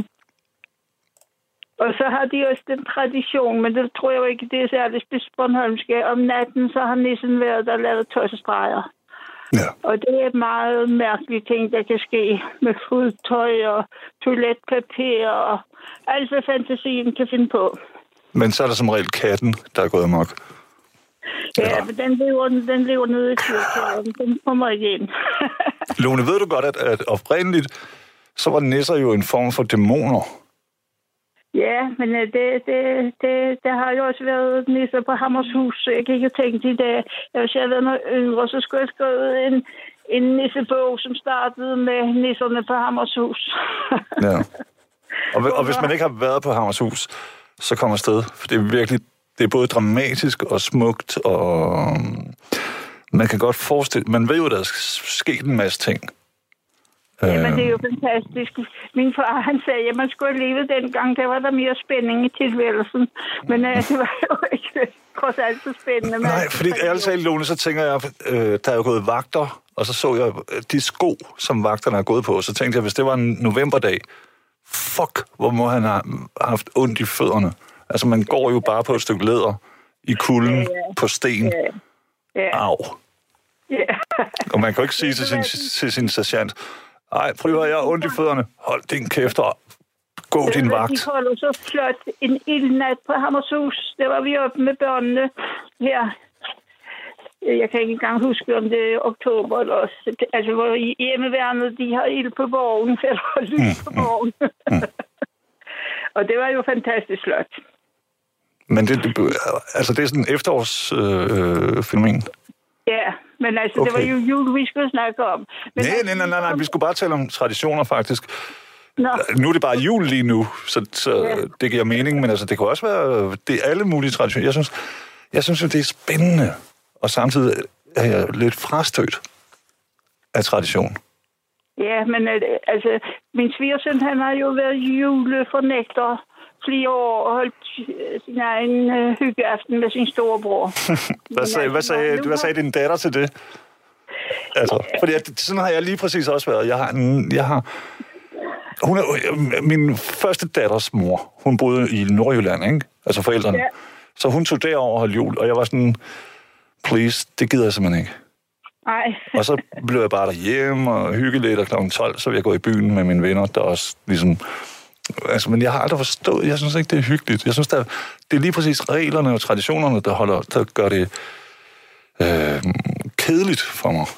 Og så har de også den tradition, men det tror jeg jo ikke, det er særligt spids bornholmske. Om natten, så har nissen været der og lavet tossestreger. Ja. Og det er et meget mærkeligt ting, der kan ske med fodtøj og toiletpapir og alt, hvad fantasien kan finde på. Men så er der som regel katten, der er gået amok. Ja, ja, men den lever, den lever nede i tyrkæren. Den kommer ikke ind. Lone, ved du godt, at, at oprindeligt, så var nisser jo en form for dæmoner. Ja, men det, det, det, der har jo også været nisser på Hammershus, så jeg kan ikke tænke til det. Hvis jeg havde været noget yngre, så skulle jeg skrive en, en nissebog, som startede med nisserne på Hammershus. Ja. Og, og hvis man ikke har været på Hammershus, så kommer afsted. For det er virkelig, det er både dramatisk og smukt, og man kan godt forestille, man ved jo, der er sket en masse ting. Ja, men det er jo fantastisk. Min far, han sagde, at man skulle leve dengang, der var der mere spænding i tilværelsen. Men øh, det var jo ikke trods alt så spændende. Nej, fordi ærligt talt, Lone, så tænker jeg, øh, der er jo gået vagter, og så så jeg de sko, som vagterne har gået på, så tænkte jeg, hvis det var en novemberdag, fuck, hvor må han have haft ondt i fødderne. Altså, man går jo bare på et stykke læder i kulden, ja, ja. På sten. Ja. Ja. Au. Ja. Og man kan ikke sige til sin, til sin sergeant, ej, prøv at jeg har ondt i fødderne. Hold din kæft og gå det din vagt. De holder så flot en ildnat på Hammershus. Der var vi oppe med børnene her. Jeg kan ikke engang huske, om det er oktober eller også. Altså, hvor hjemmeværnet, de har ild på borgen, eller lys på borgen. Mm. Og det var jo fantastisk flot. Men det, det, altså, det er sådan en efterårsfænomen. Øh, Ja, men altså, okay. Det var jo jul, vi skulle snakke om. Men nej, nej, nej, nej, nej, vi skulle bare tale om traditioner, faktisk. Nå. Nu er det bare jul lige nu, så, så ja. Det giver mening, men altså, det kan også være, det er alle mulige traditioner. Jeg synes, jeg synes jo, det er spændende, og samtidig er jeg lidt frastødt af tradition. Ja, men altså, min svigersøn, han har jo været julefornægter flere år og holdt sin egen øh, hyggeaften med sin storebror. hvad, sagde, hvad, sagde, hvad sagde din datter til det? Altså, fordi at, sådan har jeg lige præcis også været. Jeg har, en, jeg har hun er, min første datters mor, hun boede i Nordjylland, ikke? Altså forældrene. Ja. Så hun tog derover og holdt jul, og jeg var sådan, please, det gider jeg simpelthen ikke. Nej. Og så blev jeg bare derhjemme og hygge lidt, og klokken tolv, så ville jeg gå i byen med mine venner, der også ligesom... Altså, men jeg har aldrig forstået, jeg synes ikke, det er hyggeligt. Jeg synes, der, det er lige præcis reglerne og traditionerne, der, holder, der gør det øh, kedeligt for mig.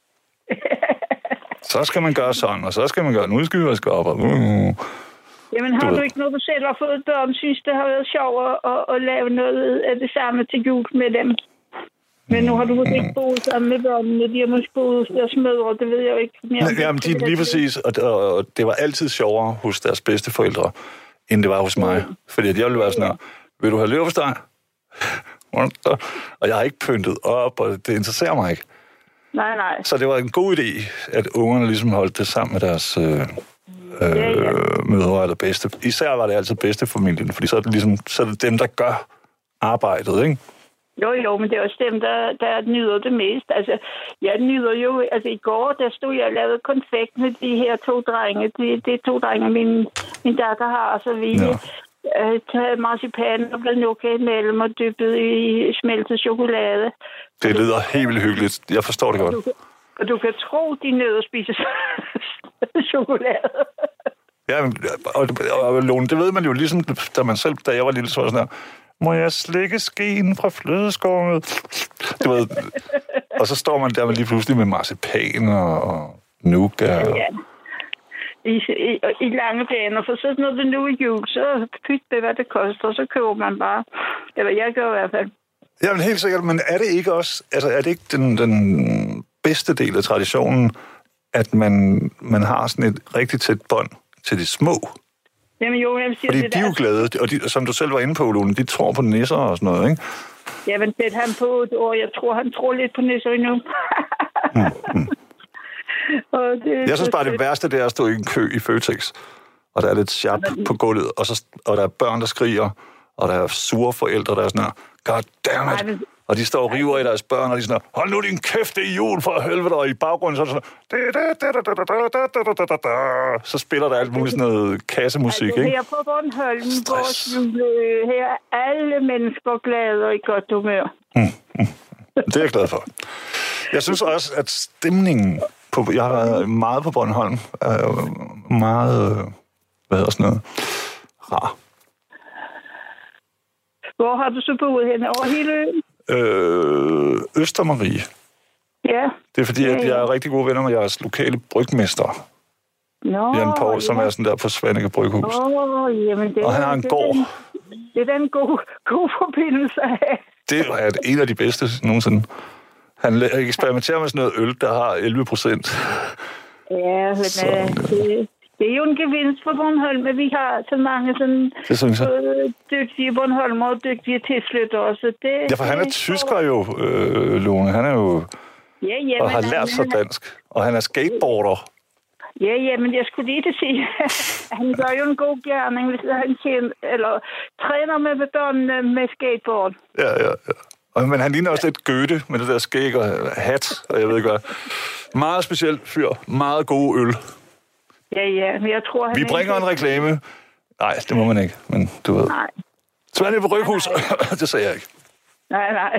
Så skal man gøre sådan, og så skal man gøre, nu skal vi op, og... Uh, Jamen, har du, du ikke noget, du selv har fået børn, synes det har været sjovt at, at lave noget af det samme til jul med dem? Men nu har du måske ikke boet sammen med børnene, de har måske boet hos deres mødre, det ved jeg jo ikke mere. Jamen, de, lige præcis, og, og, og det var altid sjovere hos deres bedsteforældre, end det var hos mig. Mm. Fordi jeg ville være sådan her, vil du have leverpostej? Og jeg har ikke pyntet op, og det interesserer mig ikke. Nej, nej. Så det var en god idé, at ungerne ligesom holdt det sammen med deres øh, øh, ja, ja. mødre eller bedste. Især var det altid bedstefamilien, fordi så er det ligesom så er det dem, der gør arbejdet, ikke? Jo, jo, men det er også dem, der, der nyder det mest. Altså, jeg nyder jo... Altså, i går, der stod jeg og lavede konfekt med de her to drenge. Det de to drenge, min, min datter har, så vi ja. øh, taget marcipan og blanouka imellem og dyppet i smeltet chokolade. Det lyder helt vildt hyggeligt. Jeg forstår det godt. Og du, og du kan tro, de nød at spise chokolade. Ja, og, og, og Lone, det ved man jo ligesom, da man selv, da jeg var lille, så var sådan her, må jeg slikke skeen fra flødeskummet? Du ved, og så står man der med lige pludselig med marcipan og, og nougat. Og... Ja. I, i, I lange baner, for så når det nu er jul, så pyt det, hvad det koster, så køber man bare. Eller jeg gør i hvert fald. Jamen helt sikkert, men er det ikke også, altså er det ikke den, den bedste del af traditionen, at man, man har sådan et rigtig tæt bånd til de små? Jamen jo, jeg siger fordi det de er jo der. glade, og de, som du selv var inde på, Lone, de tror på nisser og sådan noget, ikke? Jamen tæt han på et år, jeg tror, han tror lidt på nisser endnu. mm, mm. Og det, jeg synes bare, det værste, det er at stå i en kø i Føtex, og der er lidt sjap på gulvet, og, så, og der er børn, der skriger, og der er sure forældre, der er sådan her, god damn it. Og de står og river i deres børn, og de er sådan her, hold nu din kæft, det er jul for helvede, og i baggrunden så er det sådan, så spiller der alt muligt sådan noget kassemusik, altså, ikke? her på Bornholm, vores jule, her er alle mennesker glade og i godt humør. Mm, mm. Det er jeg glad for. Jeg synes også, at stemningen på, jeg har været meget på Bornholm, er meget, hvad hedder sådan noget, rar. Hvor har du så boet hen over hele øen? Øh, Østermarie. Ja. Det er fordi, ja, ja. at jeg er rigtig gode venner med jeres lokale brygmester. Nå, Jan Poul, som ja. er sådan der på Svanike Bryghus. Åh, jamen det, og han har en det, gård. Det, det er den gode, gode forbindelse af. Det er en af de bedste nogensinde. Han eksperimenterer med sådan noget øl, der har elleve procent. Ja, men så, det, det er jo en gevinst for Bornholm, at vi har så mange sådan øh, dygtige Bornholmer og dygtige tilflyttere også. Det, ja, for han er tysker jo, øh, Lone. Han er jo... Ja, ja, og har han, lært sig dansk. Og han er skateboarder. Ja, ja, men jeg skulle lige til at sige, han gør jo en god gerning, hvis han tjener, eller træner med børnene med skateboard. Ja, ja, ja. Og, men han ligner også lidt Goethe med det der skæg og hat, og jeg ved ikke hvad. Meget speciel fyr. Meget god øl. Ja, ja, men jeg tror, han... Vi bringer en reklame. Nej, det må man ikke, men du ved. Nej. Svanike på Bryghus. Det sagde jeg ikke. Nej, nej.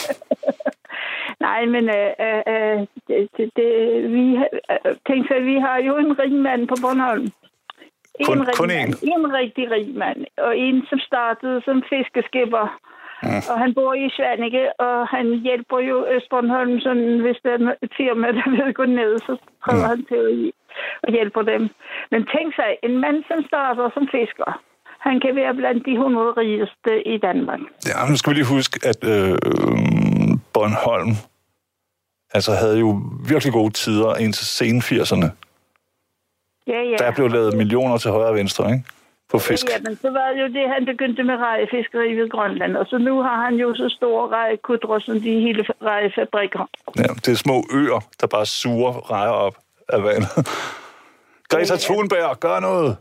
Nej, men øh, øh, det, det, det, vi øh, tænkte, at vi har jo en rig mand på Bornholm. En kun, rig kun mand, en? En rigtig rig mand. Og en, som startede som fiskeskipper. Mm. Og han bor i Svanike, og han hjælper jo Østbornholm, sådan, hvis der er et firma, der vil gå ned, så prøver mm. han til at, at hjælpe dem. Men tænk sig, en mand, som starter som fisker, han kan være blandt de hundrede rigeste i Danmark. Ja, nu skal vi lige huske, at øh, Bornholm altså havde jo virkelig gode tider indtil sen firserne. Ja, ja. Der blev lavet millioner til højre og venstre, ikke? På fisk. Ja, men så var det jo det, han begyndte med rejefiskeri ved Grønland. Og så nu har han jo så store rejekudre, som de hele rejefabrikker. Ja, det er små øer, der bare suger rejer op af vandet. Greta Thunberg, gør noget!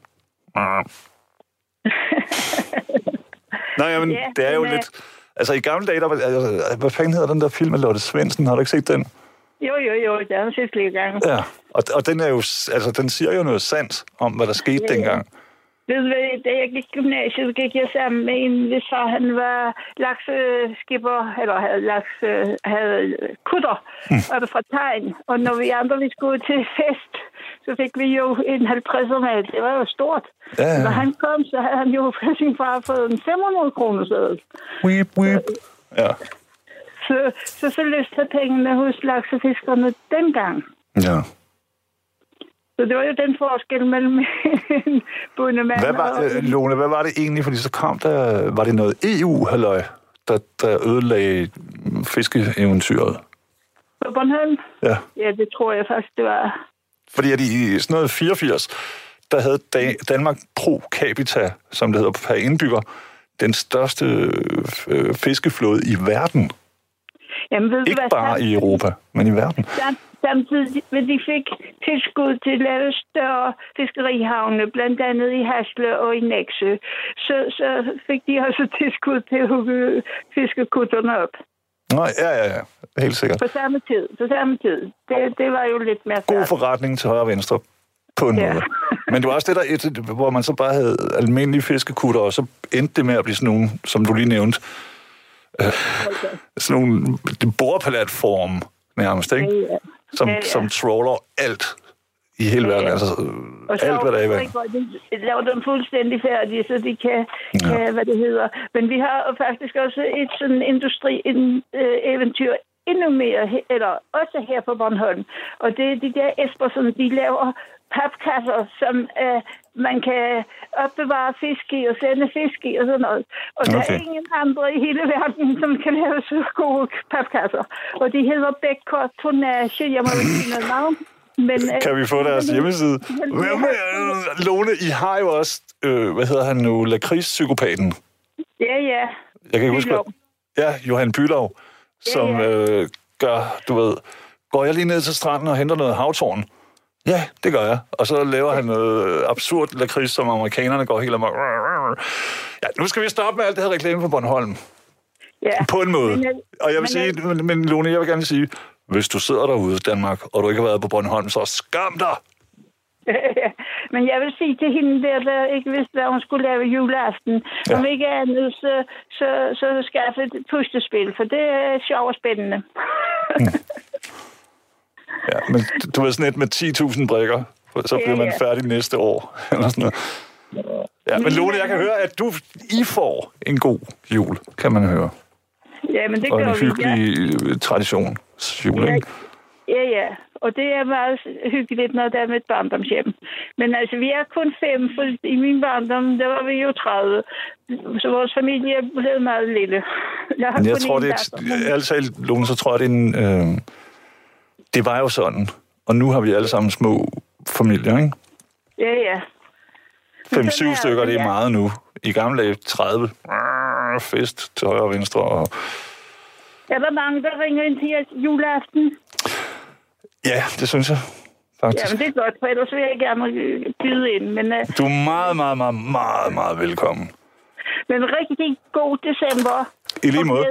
Nej, jamen, ja, det er jo lidt... Altså, i gamle dage, der var... Altså, hvad fanden hedder den der film med Lotte Svendsen? Har du ikke set den? Jo, jo, jo. Det har jeg set flere gange. Ja, og, og den er jo... Altså, den siger jo noget sandt om, hvad der skete ja, dengang. Ved du hvad, da jeg gik i gymnasiet, gik jeg sammen med en, hvis far han var lakseskipper, eller havde, laks, havde kutter, mm. og det fra tegn. Og når vi andre vi skulle til fest, så fik vi jo en halvtredser med. Det var jo stort. Ja, ja. Når han kom, så havde han jo for sin far fået en fem hundrede kroner sædel. Weep, weep. Ja. Så så, så løste pengene hos laksefiskerne dengang. Ja. Så det var jo den forskel mellem en bundemand hvad var, og... Lone, hvad var det egentlig? Fordi så kom der... Var det noget E U-halløj, der, der ødelagde fiskeeventyret? På Bornholm? Ja. Ja, det tror jeg faktisk, det var. Fordi at i sådan noget fireogfirs, der havde Danmark pro capita, som det hedder per indbygger, den største øh, fiskeflåde i verden. Jamen, ved Ikke du, bare hvad, i Europa, men i verden. Samtidig med de fik tilskud til at lave større fiskerihavne, blandt andet i Hasle og i Nexø, så, så fik de også tilskud til at hugge fiskekutterne op. Nå, ja, ja, ja. Helt sikkert. På samme tid. På samme tid. Det, det var jo lidt mere god forretning til højre og venstre, på en ja. måde. Men det var også det der, et, hvor man så bare havde almindelige fiskekutter, og så endte det med at blive sådan nogle, som du lige nævnte, øh, okay. sådan nogle boreplatform nærmest, ikke? Ja, ja. Som, ja, ja. som trawler alt i hele verden. Altså, og så alt, hvad der er i verden. De laver dem fuldstændig færdige, så de kan, ja. kan, hvad det hedder. Men vi har faktisk også et sådan industri-eventyr endnu mere, eller også her på Bornholm. Og det er de der Espersen, de laver papkasser, som øh, man kan opbevare fisk i og sende fisk i og sådan noget. Og okay. Der er ingen andre i hele verden, som kan lave så gode papkasser. Og de hedder Bækkort Tonnage. Jeg må ikke sige noget navn. Men, øh, kan vi få deres men, hjemmeside? Men, men, Lone, I har jo også, øh, hvad hedder han nu, lakridspsykopaten. Ja, ja. Jeg kan ikke huske, hvad... Ja, Johan Bülow, som ja, ja. Øh, gør, du ved, går jeg lige ned til stranden og henter noget havtorn? Ja, det gør jeg. Og så laver han noget absurd lakrids, som amerikanerne går helt amok. Ja, nu skal vi stoppe med alt det her reklame på Bornholm. Ja. På en måde. Men, og jeg vil men, sige, men, men Lone, jeg vil gerne sige, hvis du sidder derude i Danmark, og du ikke har været på Bornholm, så skam dig! Men jeg vil sige til hende der, der ikke vidste, hvad hun skulle lave juleaften. Ja. Om ikke andet, så, så, så skaffe et pustespil, for det er sjovt og spændende. Ja, men du ved sådan et med ti tusind brikker, så bliver man færdig næste år. Eller sådan noget. Ja, men Lone, jeg kan høre, at du I får en god jul, kan man høre. Ja, men det gør vi. Og en hyggelig ja. tradition. Jul, ja, ikke? ja, ja. Og det er meget hyggeligt, når der er med et barndomshjem. Men altså, vi er kun fem, for i min barndom, der var vi jo tredive. Så vores familie er blevet meget lille. Jeg, har jeg tror, det er... Altså, Lone, så tror jeg, det er en... Øh, det var jo sådan. Og nu har vi alle sammen små familier, ikke? Ja, ja. fem syv stykker, det er meget nu. I gamle dage tredive. Fest til højre og venstre. Og... Er der mange, der ringer ind til juleaften? Ja, det synes jeg faktisk. Ja, men det er godt, for ellers vil jeg gerne byde ind. Men, uh... du er meget, meget, meget, meget, meget velkommen. Men rigtig god december. I lige måde.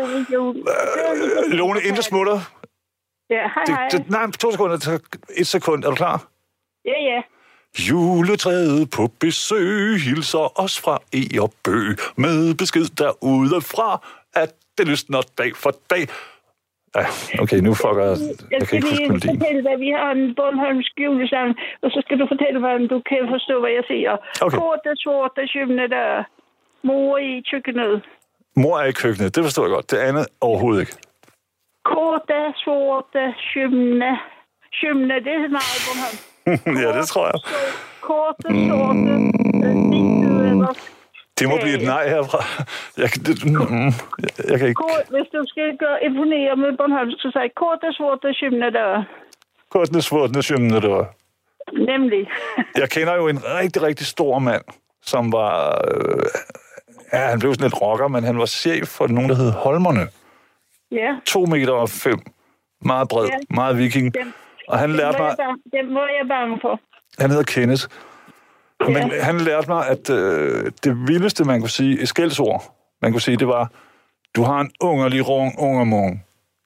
Øh, Lone, inden smutter. Ja, hej, det, hej. Det, nej, to sekunder. Et sekund. Er du klar? Ja, ja. Juletræet på besøg hilser os fra E og Bø med besked derudefra, at det lysner dag for dag. Ja, okay, nu fucker jeg. Jeg, jeg kan ikke huske melodien. Fortælle dig, vi har en Bornholmsk julesang, og så skal du fortælle, hvordan du kan forstå, hvad jeg siger. Okay. Korte, sorte, skymne der. Mor i køkkenet. Mor er i køkkenet, det forstår jeg godt. Det andet overhovedet ikke. Korte, sorte, skymne. Skymne, det er meget Bornholm. Ja, det tror jeg. Korte, sorte, skymne. Det må blive et nej herfra. Jeg, det, mm, jeg, jeg kan ikke... Kort, hvis du skal gøre imponere med Bornholm, så sige korte, sorte, skymne der. Korte, sorte, skymne der. Nemlig. Jeg kender jo en rigtig, rigtig stor mand, som var... Øh, ja, han blev sådan et rocker, men han var chef for nogen, der hed Holmerne. Ja. To meter og fem. Meget bred, ja. Meget viking. Den, og han lærte mig... Den må jeg bange for. Han hedder Kenneth. Ja. Men han lærte mig, at øh, det vildeste, man kunne sige, et skældsord, man kunne sige, det var, du har en ungerlig rung, ungermung.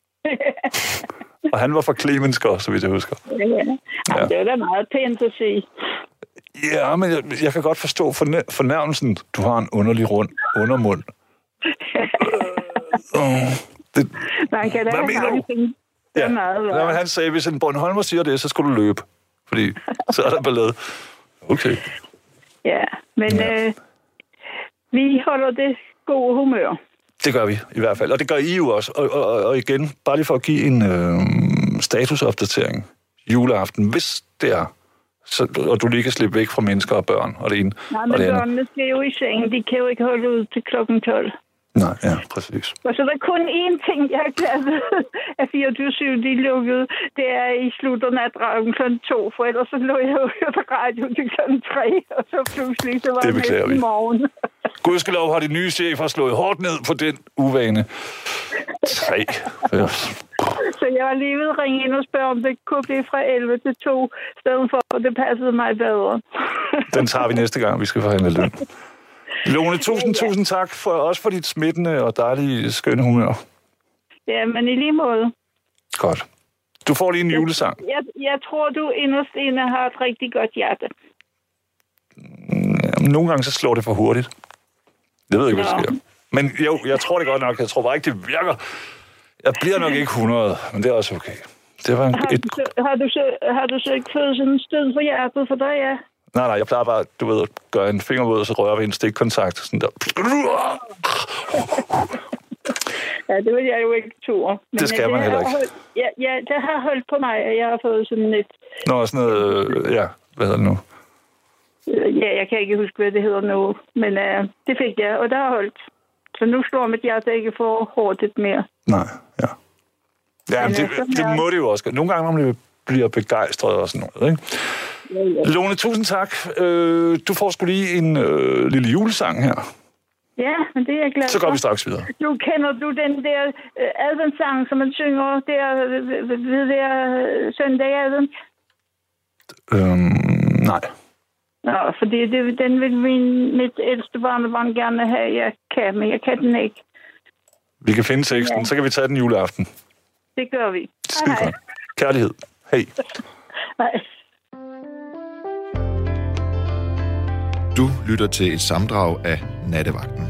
Og han var fra Klemensker, så vidt jeg husker. Ja, ja. Det er da meget pænt at sige. Ja, men jeg, jeg kan godt forstå fornæ- fornærmelsen. Du har en underlig rund undermund. uh, det, man kan da hvad mener du? Ja. Meget, ja, men han sagde, hvis en Bornholmer siger det, så skal du løbe. Fordi så er der ballade. Okay. Ja, men ja. Øh, vi holder det gode humør. Det gør vi i hvert fald, og det gør I jo også. Og, og, og igen, bare lige for at give en øh, statusopdatering juleaften, hvis det er, så, og du lige kan slippe væk fra mennesker og børn og det ene. Nej, men børnene skal jo i seng, de kan jo ikke holde ud til klokken tolv. Nej, ja, præcis. Og så der er kun én ting, jeg er glad ved, at fireogtyve syv de lukkede. Det er i slutterne af dragen klokken to, for ellers så lå jeg jo hørt radio til klokken tre, og så pludselig så var det næsten morgen. Gudskelov har de nye chefer slået hårdt ned på den uvane. Tre. Så jeg var lige ved at ringe ind og spørge, om det kunne blive fra elleve til to, stedet for, at det passede mig bedre. Den tager vi næste gang, vi skal forhandle løn. Lone, tusind, ja, ja. tusind tak for, også for dit smittende og dejlige skønne humør. Ja, men i lige måde. Godt. Du får lige en julesang. Jeg, jeg, jeg tror, du inderst inde har et rigtig godt hjerte. Ja, nogle gange så slår det for hurtigt. Jeg ved ikke, hvad der sker. Men jo, jeg tror det godt nok. Jeg tror bare ikke, det virker. Jeg bliver nok ikke hundrede, men det er også okay. Det var en, Har, et... du så, har, du så, har du så ikke fået sådan en stød for hjertet for dig, ja? Nej, nej, jeg plejer bare, du ved, at gøre en fingervåd, og så røre ved en stikkontakt. Sådan der. Ja, det vil jeg jo ikke turde. Men det skal man det heller ikke. Holdt, ja, ja, det har holdt på mig, at jeg har fået sådan et... Nå, sådan noget... Ja, hvad hedder det nu? Ja, jeg kan ikke huske, hvad det hedder nu. Men uh, det fik jeg, og der har holdt. Så nu slår mit hjerte ikke for hurtigt mere. Nej, ja. Ja, men men, det, det må det jo også. Nogle gange, når man bliver begejstret og sådan noget, ikke? Ja, ja. Lone, tusind tak. Øh, du får sgu lige en øh, lille julesang her. Ja, men det er jeg glad Så går for. vi straks videre. Du kender du den der øh, adventssang, som man synger der ved, ved, ved der øh, søndag advent? Øhm, nej. Nå, fordi det, den vil min, mit ældste barnebarn gerne have. Jeg kan, men jeg kan den ikke. Vi kan finde teksten, ja. Så kan vi tage den juleaften. Det gør vi. Skide godt. Kærlighed. Hej. Hej. Du lytter til et samdrag af Nattevagten.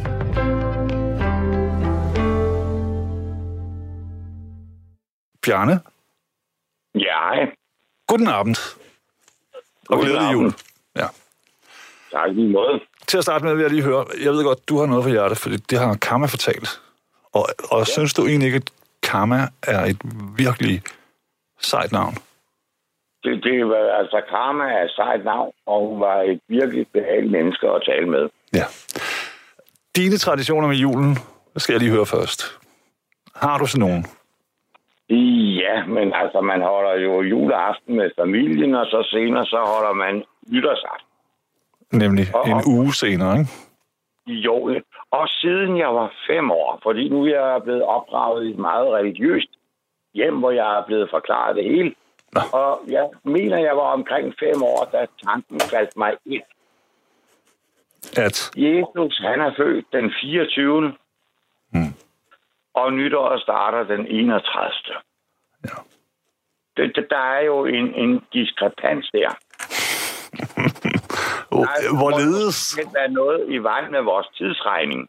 Bjarne? Ja, hej. Guten Abend. Og glædelig jul. Ja. Tak lige måde. Til at starte med vil jeg lige høre, jeg ved godt, du har noget for hjertet, for det har Karma fortalt. Og, og ja. Synes du egentlig ikke, at Karma er et virkelig sejt navn? Det, det var, altså, Karma er et sejt navn, og hun var et virkelig behageligt menneske at tale med. Ja. Dine traditioner med julen, det skal jeg lige høre først. Har du sådan nogen? Ja, men altså, man holder jo juleaften med familien, og så senere, så holder man nytårsaften. Nemlig og, en uge senere, ikke? Jo, og siden jeg var fem år, fordi nu er jeg blevet opdraget i et meget religiøst hjem, hvor jeg er blevet forklaret det hele. Nå. Og jeg mener, jeg var omkring fem år, da tanken faldt mig ind. At? Jesus, han er født den fireogtyvende Hmm. Og nytåret starter den enogtredivte Ja. Det, det, der er jo en, en diskrepans der. oh, der hvorledes? Det er noget i vejen med vores tidsregning.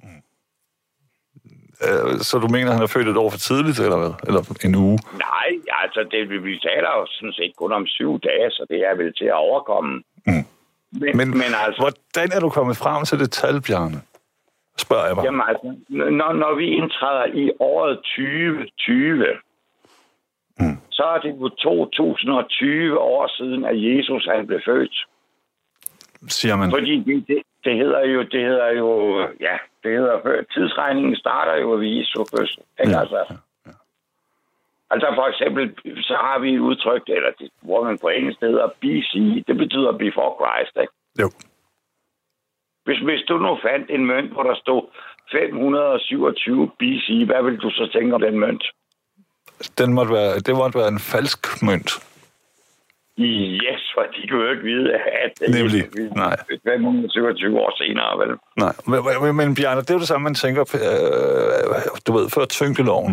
Uh, så du mener, han er født et år for tidligt, eller hvad? Eller en uge? Nej, altså, det, vi taler jo sådan set kun om syv dage, så det er vel til at overkomme. Mm. Men, men, men altså, hvordan er du kommet frem til det tal, Bjarne? Spørger jeg bare. Jamen altså, når, når vi indtræder i året tyve tyve, mm. så er det jo to tusind og tyve år siden, at Jesus han blev født. Siger man. Fordi det, det, det hedder jo, det hedder jo, ja, det hedder, tidsregningen starter jo ved Jesu fødsel. Ja, altså. ja, ja. altså for eksempel, så har vi et udtryk, eller det, hvor man på engelsk hedder B C, det betyder before Christ, ikke? Jo. Hvis, hvis du nu fandt en mønt, hvor der stod fem hundrede og syvogtyve B C, hvad vil du så tænke om den mønt? Den måtte være, det måtte være en falsk mønt. Yes, for de kan jo ikke vide, at det Nemlig, er nej. fem hundrede og syvogtyve år senere, vel? Nej, men, men Bjarne, det er jo det samme, man tænker, øh, du ved, før tyngdeloven.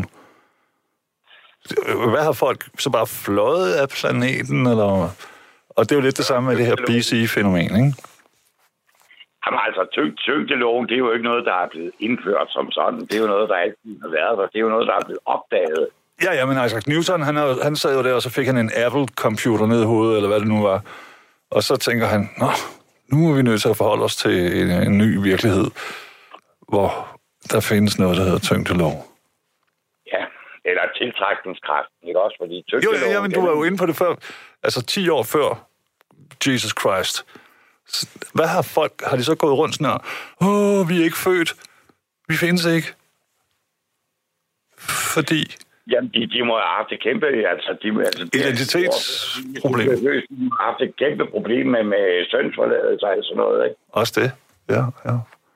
Hvad har folk så bare fløjet af planeten, eller... Og det er jo lidt det samme med det her B C-fænomen, ikke? Jamen altså, tyng, tyngdeloven, det er jo ikke noget, der er blevet indført som sådan. Det er jo noget, der altid har været der. Det er jo noget, der er blevet opdaget. Ja, ja, men Isaac Newton, han, er, han sad jo der, og så fik han en Apple-computer ned i hovedet, eller hvad det nu var. Og så tænker han, nå, nu er vi nødt til at forholde os til en, en ny virkelighed, hvor der findes noget, der hedder tyngdelov. Ja, eller tiltrækningskraften, ikke også? Fordi tyngdeloven... Jo, ja, men du var jo inde på det før. Altså ti år før Jesus Christ. Hvad har folk... Har de så gået rundt sådan her? Åh, vi er ikke født. Vi findes ikke. Fordi... Jamen, de, de må have haft et kæmpe... Altså, de, altså, identitetsproblem. De har haft et kæmpe problem med, med sønsforladelse og sådan noget, ikke? Også det, ja, ja.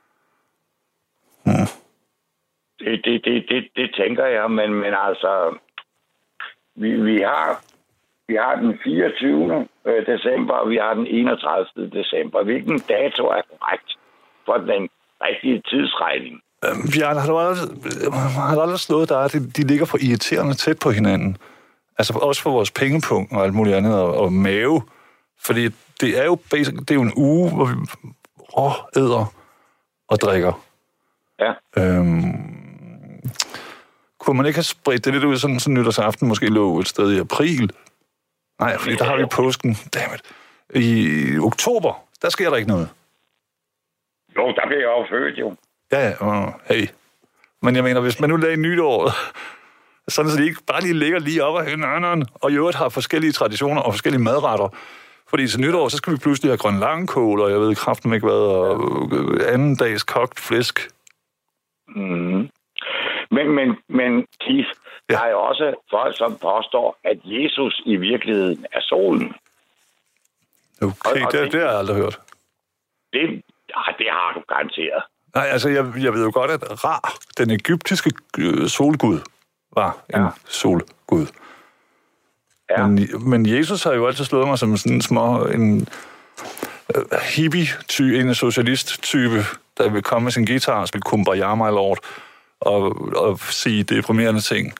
Hmm. Det, det, det, det, det tænker jeg, men, men altså... Vi, vi har... Vi har den fireogtyvende december, og vi har den enogtredivte december. Hvilken dato er korrekt for den rigtige tidsregning? Øhm, Bjarne, har du aldrig, har du aldrig slået dig, at de, de ligger for irriterende tæt på hinanden? Altså også for vores pengepunkt og alt muligt andet, og, og mave. Fordi det er jo basic, det er jo en uge, hvor vi rå, æder og drikker. Ja. Øhm, kunne man ikke have spredt det lidt ud, sådan sådan nytårsaften måske lå et sted i april? Nej, fordi der har vi påsken. Dammit. I oktober, der sker der ikke noget. Jo, der bliver jeg jo født, jo. Ja, ja, oh, hey. Men jeg mener, hvis man nu lagde nytåret, sådan så de ikke bare lige ligger lige op ad hinanden, og i øvrigt har forskellige traditioner og forskellige madretter. Fordi til nytår, så skal vi pludselig have grøn langkål, og jeg ved kraften ikke hvad, og anden dags kogt flæsk. Mm. Men, men, men Keith, ja. Der er jo også folk, som påstår, at Jesus i virkeligheden er solen. Okay, og, og det, det, det har jeg aldrig hørt. Det, ja, det har du garanteret. Nej, altså, jeg, jeg ved jo godt, at Ra, den egyptiske solgud, var en ja. solgud. Ja. Men, men Jesus har jo altid slået mig som sådan en små, en uh, hippie-type, en socialist-type, der vil komme med sin guitar og spille Kumbaya, my lord, og, og sige deprimerende ting.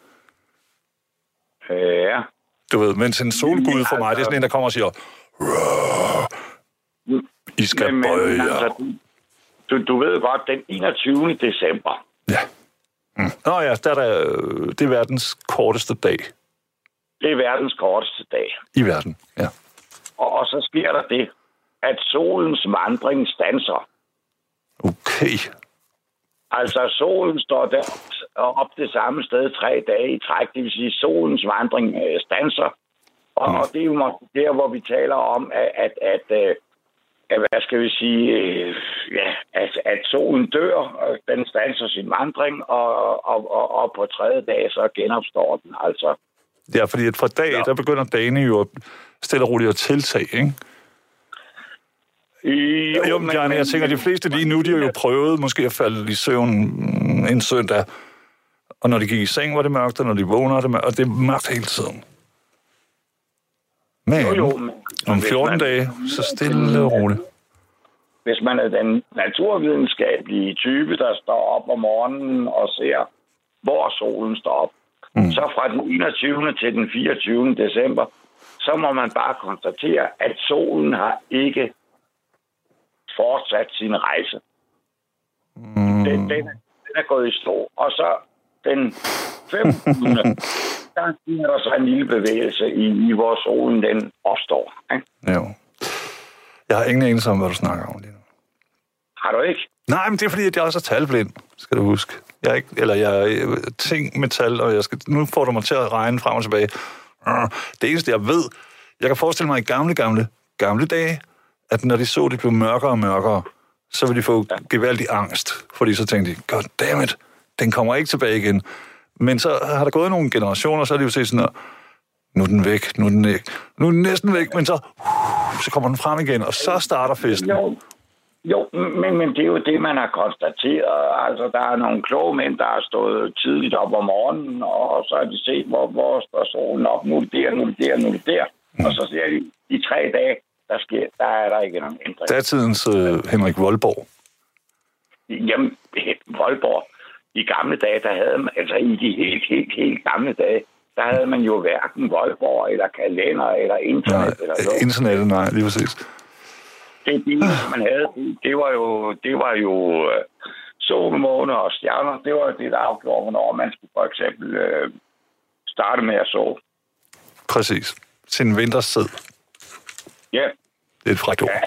Ja. Du ved, mens en solgud for mig, det er sådan en, der kommer og siger, I skal men, bøje jer. Altså, du, du ved godt, den enogtyvende december. Ja. Mm. Nå ja, der er der, det er verdens korteste dag. Det er verdens korteste dag. I verden, ja. Og, og så sker der det, at solens vandring standser. Okay. Altså, solen står der op det samme sted tre dage i træk. Det vil sige, at solens vandring øh, standser. Og, mm. og det er jo der, hvor vi taler om, at, at, at, at hvad skal vi sige, øh, ja, at, at solen dør, og den standser sin vandring, og, og, og, og på tredje dag så genopstår den. Altså. Ja, fordi fra dag, ja. der begynder dagene jo stille og roligt at tiltage, ikke? Jo, jo men, Bjarne, jeg tænker, at de fleste lige nu, de har jo prøvet måske at falde i søvn en søndag, og når de gik i seng, var det mørkt, og når de vågner, var det mørkt, og det er mørkt hele tiden. Men jo, jo, men om fjorten man, dage, så stille og roligt. Hvis man er den naturvidenskabelige type, der står op om morgenen og ser, hvor solen står op, mm. så fra den enogtyvende til den fireogtyvende december, så må man bare konstatere, at solen har ikke fortsat sin rejse. Mm. Den, den, den er gået i stå. Og så den femogtyvende der er der så en lille bevægelse i, i hvor solen den opstår. Ikke? Jo. Jeg har ingen anelse om, hvad du snakker om lige nu. Har du ikke? Nej, men det er fordi, at jeg også er talblind, skal du huske. Jeg er ikke, eller jeg er ting med tal, og jeg skal, nu får du mig til at regne frem og tilbage. Det eneste, jeg ved, jeg kan forestille mig i gamle, gamle, gamle dage, at når de så, det blev mørkere og mørkere, så ville de få ja. gevaldig angst. Fordi så tænkte de, goddammit, den kommer ikke tilbage igen. Men så har der gået nogle generationer, så er det jo set sådan, nu er den væk, nu er den ikke. Nu er den næsten væk, men så, uh, så kommer den frem igen, og så starter festen. Jo, jo men, men det er jo det, man har konstateret. Altså, der er nogle kloge mænd, der har stået tidligt op om morgenen, og så har de set, hvor, hvor står solen op. Nu er det der, nu er det der, nu er det der. Mm. Og så ser de, i tre dage, der, sker, der er der ikke nogen ændring. Datidens uh, Henrik Voldborg. Jamen, Voldborg. I gamle dage, der havde man, altså i de helt, helt, helt gamle dage, der havde man jo hverken Voldborg, eller kalender, eller internet, nej, eller noget. Internettet, nej, lige præcis. Det, det man havde, det var jo, det var jo uh, sol, måne og stjerner. Det var det, der afgjorde, hvornår man skulle for eksempel uh, starte med at sove. Præcis. Sin vinterstid. Ja. Det er et frækt ord. Ja.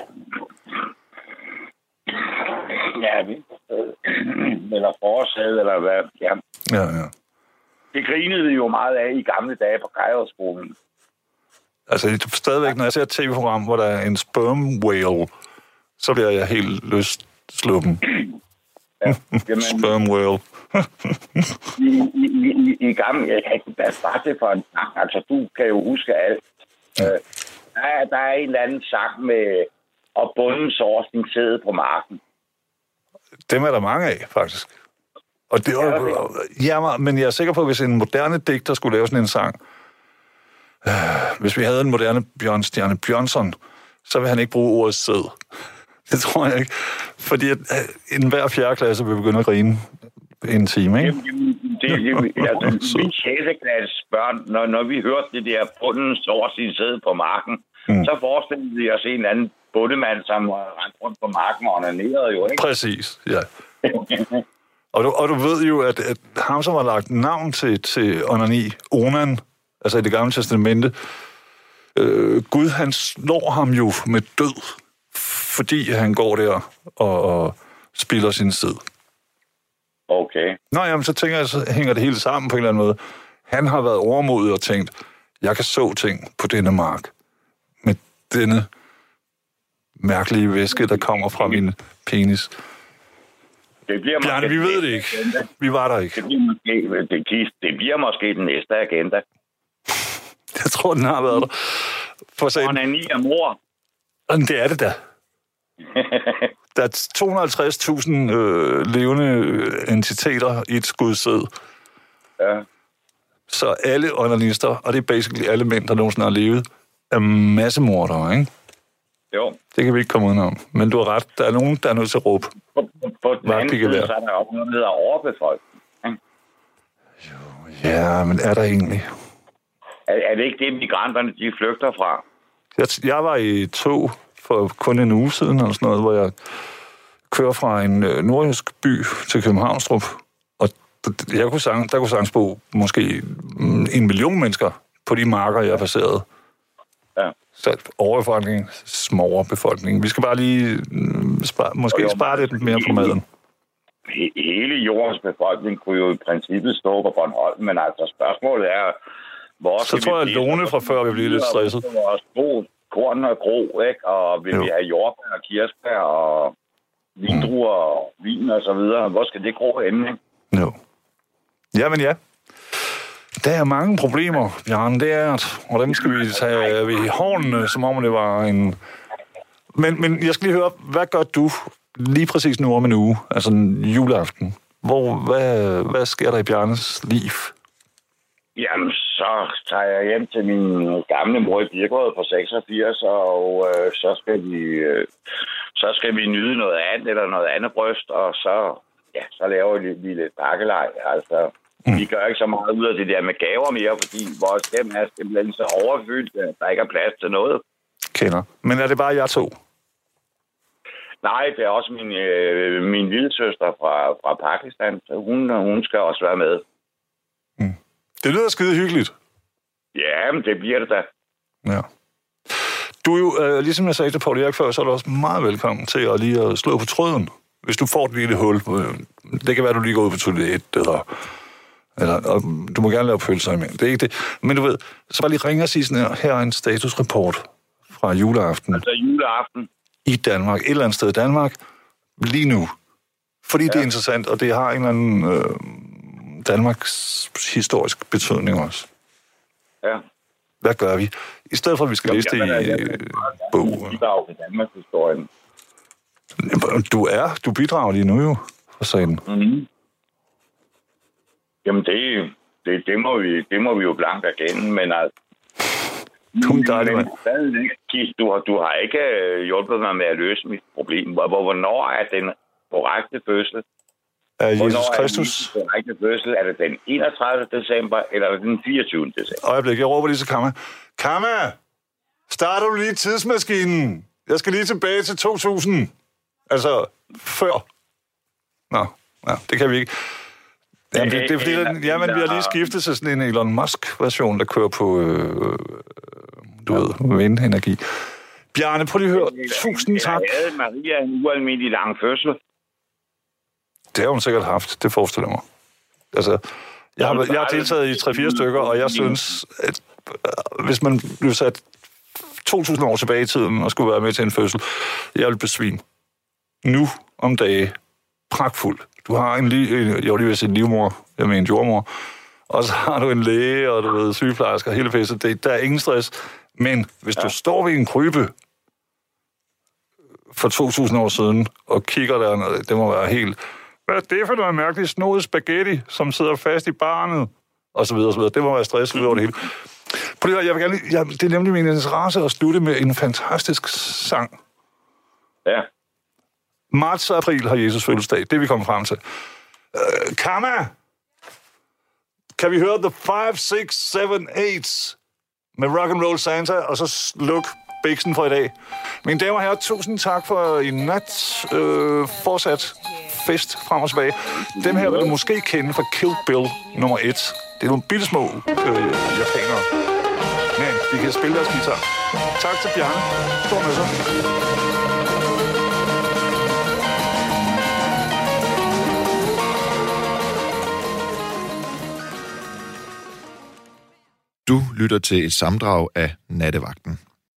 Ja, vintersted. Eller forårssæde, eller hvad. Ja. Ja, ja. Det grinede vi jo meget af i gamle dage på Kajrødskolen. Altså, stadigvæk, når jeg ser et tv-program, hvor der er en sperm whale, så bliver jeg helt løsslåben. Ja, jamen, sperm whale. i, i, i, I gamle... Hvad var det for en sang? Altså, du kan jo huske alt. Ja. Øh, der, er, der er en eller anden sang med... Og bunden sår sin sæde på marken. Dem er der mange af, faktisk. Og det var, ja, men jeg er sikker på, at hvis en moderne digter skulle lave sådan en sang, øh, hvis vi havde en moderne Bjørnstjerne Bjørnsson, så vil han ikke bruge ordet sæd. Det tror jeg ikke. Fordi at, øh, en hver fjerde klasse vil begynde at grine en time, ikke? Jamen, det, det, altså, min sjette klasses børn, når, når vi hørte det der bunden sår sin sæde på marken, mm. så forestillede vi os en eller anden bondemand, som rendte rundt på marken og onanerede jo, ikke? Præcis, ja. Og du, og du ved jo, at, at ham, som har lagt navn til, til onani, Onan, altså i det gamle testamente, øh, Gud, han slår ham jo med død, fordi han går der og, og spilder sin tid. Okay. Nå, jamen, så tænker jeg, så hænger det hele sammen på en eller anden måde. Han har været overmodig og tænkt, jeg kan så ting på denne mark, med denne mærkelige væske, der kommer fra min penis. Det bliver måske... Bjarne, vi ved det ikke. Vi var der ikke. Det bliver måske, det, det bliver måske den næste agenda. Jeg tror, den har været der. For sagen... Onani og mor. Det er det da. Der er to hundrede og halvtreds tusind øh, levende entiteter i et skudsæd. Ja. Så alle onanister, og det er basically alle mænd, der nogensinde har levet, er massemordere, ikke? Jo. Det kan vi ikke komme udenom. Men du har ret. Der er nogen, der er nødt til at råbe. På, på, på den anden side, så er der også noget, der hedder overbefolkning. Jo, ja, men er der egentlig? Er, er det ikke det, migranterne de flygter fra? Jeg, jeg var i tog for kun en uge siden, eller sådan noget, hvor jeg kører fra en øh, nordjysk by til Københavnstrup, og jeg kunne sang, der kunne sagtens bo måske en million mennesker på de marker, jeg passerede. Ja. Så overbefolkning, småere befolkning. Vi skal bare lige spare, måske jo, spare lidt mere på maden. Hele jordens befolkning kunne jo i princippet stå på Bornholm, men altså spørgsmålet er, hvor så tror jeg, at Lone fra før vil blive lidt stresset. Vores korn og grå, ikke? Og vil jo. Vi have jordbær og kirsebær og vindruer mm. og vin og så videre. Hvor skal det gro henne, ikke? Jo. Jamen ja. Der er mange problemer, Bjarne. Det er, at, og dem skal vi tage ved hårene, som om det var en... Men, men jeg skal lige høre, hvad gør du lige præcis nu om en uge, altså en juleaften? Hvor, hvad, hvad sker der i Bjarnes liv? Jamen, så tager jeg hjem til min gamle mor i Birkerød på seksogfirs, og øh, så skal vi øh, så skal vi nyde noget andet eller noget andet bryst, og så, ja, så laver vi, vi lidt pakkelej. Altså, mm. vi gør ikke så meget ud af det der med gaver mere, fordi vores hjem er simpelthen så overfyldt, at der ikke er plads til noget. Kender. Men er det bare jer to? Nej, det er også min, øh, min lille søster fra, fra Pakistan, så hun, hun skal også være med. Mm. Det lyder skide hyggeligt. Ja, men det bliver det da. Ja. Du er jo, øh, ligesom jeg sagde til Poul Erik før, så er du også meget velkommen til at lige at slå på tråden. Hvis du får et lille hul. Øh, det kan være, at du lige går ud på toilet, eller, eller og du må gerne lave pølser imellem. Det er ikke det. Men du ved, så bare lige ringe og sige sådan her, her er en statusrapport fra juleaften. Altså juleaften? I Danmark, et eller andet sted i Danmark, lige nu. Fordi ja. Det er interessant, og det har en eller anden øh, Danmarks historisk betydning også. Ja. Hvad gør vi? I stedet for, at vi skal læse det i øh, bogen. Bidrag til Danmarks historien. Du er, du bidrager lige nu jo, for sagen. Mm-hmm. Jamen, det, det, det, må vi, det må vi jo blankt erkende, men altså... Du er dejlig, mand. Du har, du har ikke hjulpet mig med at løse mit problem. Hvornår er den korrekte fødsel? Er Jesus Hvornår Kristus? Er den korrekte fødsel? Er det den enogtredivte december, eller er det den fireogtyvende december? Øjeblik, jeg råber lige til Kamma. Kamma! Starter du lige tidsmaskinen? Jeg skal lige tilbage til to tusind. Altså, før. Nå, ja, det kan vi ikke. Jamen, det, det er fordi, der, jamen, vi har lige skiftet til sådan en Elon Musk-version, der kører på, øh, du ved, vindenergi. Bjarne, prøv lige at høre. Tusind tak. Jeg havde Maria en ualmindelig lang fødsel. Det har hun sikkert haft, det forestiller mig. Altså, jeg har, jeg har deltaget i tre fire stykker, og jeg synes, at hvis man blev sat to tusind år tilbage i tiden og skulle være med til en fødsel, jeg ville besvime. Nu om dage, pragtfuld. Du har en, li- jeg vil lige sige en livmor, jeg mener en jordmor, og så har du en læge, og du ved, sygeplejersker, hele fæstet. Det, der er ingen stress. Men hvis ja. Du står ved en krybe for to tusind år siden, og kigger der, det må være helt... Hvad er det for noget mærkeligt snodet spaghetti, som sidder fast i barnet? Og så videre, og så videre. Det må være stress ud over det hele. Prøv lige, jeg vil gerne, jeg, det er nemlig min interesse at slutte med en fantastisk sang. Ja. Marts og april har Jesus fødselsdag. Det er vi kommet frem til. Uh, Kamma! Kan vi høre The five, six, seven, eight med Rock and Roll Santa, og så sluk bæksen for i dag. Mine damer og herrer, tusind tak for i nat. Øh, fortsat fest frem og tilbage. Dem her vil du måske kende fra Kill Bill nummer et. Det er nogle bittesmå øh, japanere. Men de kan spille deres guitar. Tak til Bjarne. Stor med sig. Du lytter til et sammendrag af Nattevagten.